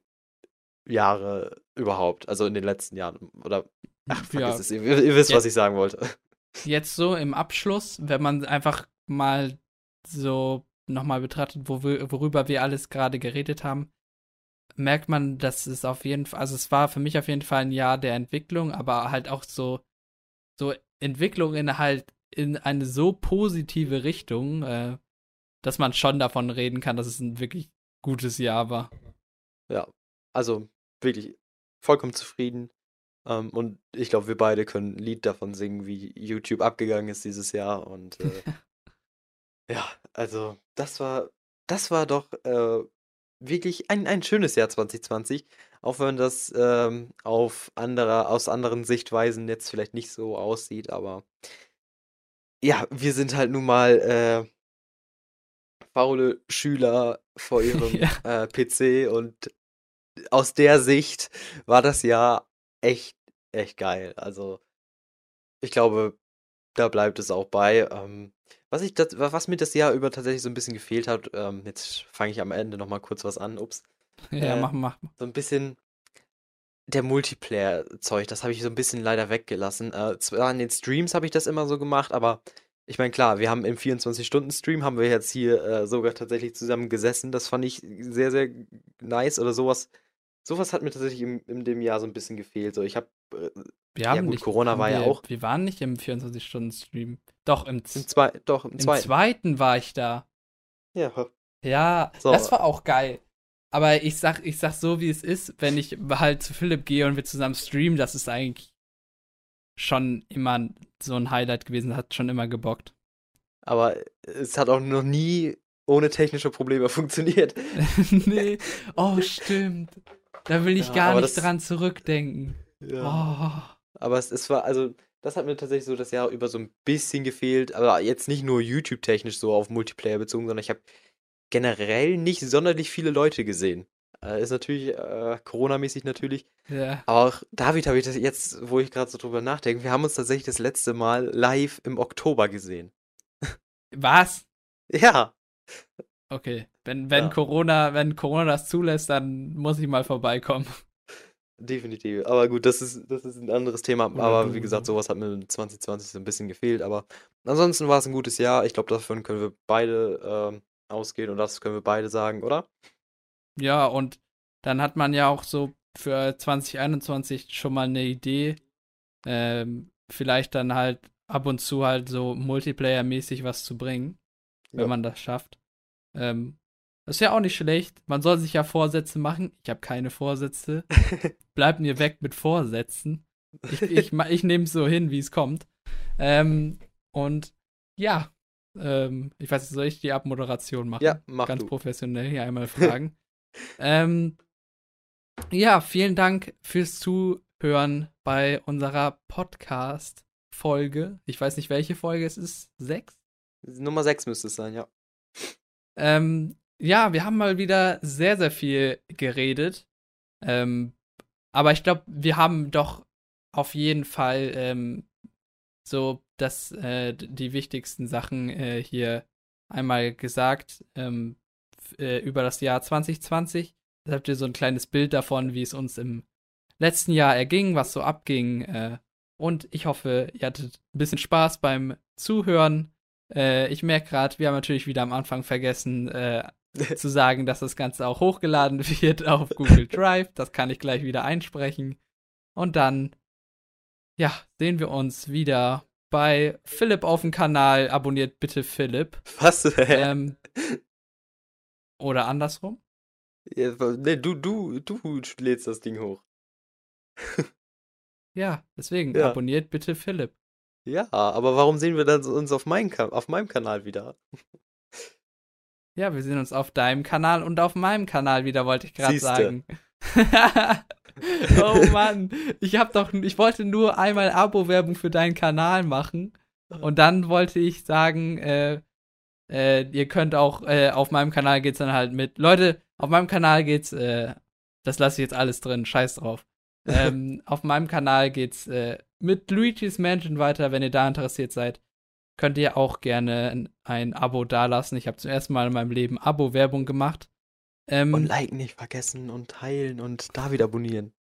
Jahre überhaupt, also in den letzten Jahren. Oder, ach, vergiss Ja, es, ihr, ihr wisst, ja, was ich sagen wollte. jetzt so im Abschluss, wenn man einfach mal so nochmal betrachtet, wo wir, worüber wir alles gerade geredet haben, merkt man, dass es auf jeden Fall, also es war für mich auf jeden Fall ein Jahr der Entwicklung, aber halt auch so, so Entwicklung in halt in eine so positive Richtung, äh, dass man schon davon reden kann, dass es ein wirklich gutes Jahr war. Ja, also wirklich vollkommen zufrieden. Ähm, und ich glaube, wir beide können ein Lied davon singen, wie YouTube abgegangen ist dieses Jahr. Und äh, ja, also das war, das war doch äh, wirklich ein, ein schönes Jahr zwanzig zwanzig. Auch wenn das ähm, auf anderer, aus anderen Sichtweisen jetzt vielleicht nicht so aussieht, aber ja, wir sind halt nun mal äh, faule Schüler vor ihrem Ja. äh, P C und aus der Sicht war das Jahr echt, echt geil. Also ich glaube, da bleibt es auch bei. Ähm, was ich das, was mir das Jahr über tatsächlich so ein bisschen gefehlt hat, ähm, jetzt fange ich am Ende noch mal kurz was an, ups. Ja, Äh, mach, mach. so ein bisschen der Multiplayer-Zeug, das habe ich so ein bisschen leider weggelassen. Äh, zwar in den Streams habe ich das immer so gemacht, aber ich meine, klar, wir haben im vierundzwanzig-Stunden-Stream haben wir jetzt hier äh, sogar tatsächlich zusammen gesessen. Das fand ich sehr, sehr nice oder sowas. Sowas hat mir tatsächlich im, in dem Jahr so ein bisschen gefehlt. So, ich habe, äh, Wir ja haben gut, nicht, Corona haben war ja wir, auch wir waren nicht im vierundzwanzig-Stunden-Stream. Doch, im, im Z- zwei, doch, im im zweiten. zweiten war ich da. Ja, Ja, das so, war auch geil. Aber ich sag, ich sag so, wie es ist, wenn ich halt zu Philipp gehe und wir zusammen streamen, das ist eigentlich schon immer so ein Highlight gewesen, hat schon immer gebockt. aber es hat auch noch nie ohne technische Probleme funktioniert. Nee, oh, stimmt. Da will ich Ja, gar aber nicht das, dran zurückdenken. ja. Oh, Aber es, es war, also, das hat mir tatsächlich so das Jahr über so ein bisschen gefehlt, aber jetzt nicht nur YouTube-technisch so auf Multiplayer bezogen, sondern ich habe generell nicht sonderlich viele Leute gesehen. Äh, ist natürlich, äh, Corona-mäßig natürlich. ja. Aber auch David habe ich das jetzt, wo ich gerade so drüber nachdenke, wir haben uns tatsächlich das letzte Mal live im Oktober gesehen. Was? Ja, Okay. Wenn, wenn ja, Corona, wenn Corona das zulässt, dann muss ich mal vorbeikommen. definitiv. Aber gut, das ist, das ist ein anderes Thema. Oder Aber wie du gesagt, so. sowas hat mir in zwanzig zwanzig so ein bisschen gefehlt. Aber ansonsten war es ein gutes Jahr. Ich glaube, davon können wir beide ähm, ausgehen und das können wir beide sagen, oder? Ja, und dann hat man ja auch so für zwanzig einundzwanzig schon mal eine Idee. Ähm, vielleicht dann halt ab und zu halt so Multiplayer-mäßig was zu bringen, wenn Ja. man das schafft. Ähm, das ist ja auch nicht schlecht. Man soll sich ja Vorsätze machen. Ich habe keine Vorsätze. Bleibt mir weg mit Vorsätzen. Ich, ich, ma- ich nehme es so hin, wie es kommt. Ähm, und ja, ähm, ich weiß nicht, soll ich die Abmoderation Ja, machen? mach Ganz du. professionell hier einmal fragen. ähm, ja, vielen Dank fürs Zuhören bei unserer Podcast-Folge. Ich weiß nicht, welche Folge es ist. Sechs? Nummer sechs müsste es sein, ja. Ähm, ja, wir haben mal wieder sehr, sehr viel geredet. Ähm, aber ich glaube, wir haben doch auf jeden Fall ähm, so das, äh, die wichtigsten Sachen äh, hier einmal gesagt ähm, f- äh, über das Jahr zwanzig zwanzig. Jetzt habt ihr so ein kleines Bild davon, wie es uns im letzten Jahr erging, was so abging. Äh, und ich hoffe, ihr hattet ein bisschen Spaß beim Zuhören. Äh, ich merke gerade, wir haben natürlich wieder am Anfang vergessen äh, zu sagen, dass das Ganze auch hochgeladen wird auf Google Drive. Das kann ich gleich wieder einsprechen. Und dann, ja, sehen wir uns wieder bei Philipp auf dem Kanal. Abonniert bitte Philipp. Was? Hä? Ähm, oder andersrum. Ja, nee, du, du, du lädst das Ding hoch. Ja, deswegen Ja. abonniert bitte Philipp. Ja, aber warum sehen wir dann uns auf, mein, Ka- auf meinem Kanal wieder? Ja, wir sehen uns auf deinem Kanal und auf meinem Kanal wieder, wollte ich gerade Siehste. sagen. Oh Mann, ich hab doch, ich wollte nur einmal Abo-Werbung für deinen Kanal machen und dann wollte ich sagen, äh, äh, ihr könnt auch, äh, auf meinem Kanal geht's dann halt mit, Leute, auf meinem Kanal geht's, äh, das lasse ich jetzt alles drin, scheiß drauf. Ähm, auf meinem Kanal geht's äh, mit Luigi's Mansion weiter, wenn ihr da interessiert seid. Könnt ihr auch gerne ein, ein Abo dalassen. Ich habe zum ersten Mal in meinem Leben Abo-Werbung gemacht. Und Ähm, liken nicht vergessen und teilen und David abonnieren.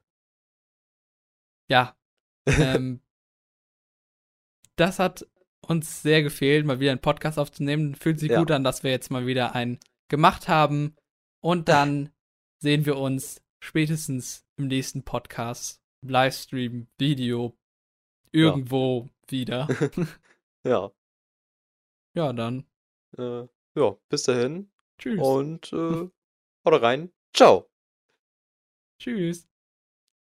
ja, ähm, das hat uns sehr gefehlt, mal wieder einen Podcast aufzunehmen. Fühlt sich Ja. gut an, dass wir jetzt mal wieder einen gemacht haben. Und dann sehen wir uns spätestens im nächsten Podcast, Livestream, Video, irgendwo wieder. Ja. Ja, dann Äh, ja, bis dahin tschüss. und äh, haut rein. Ciao. Tschüss.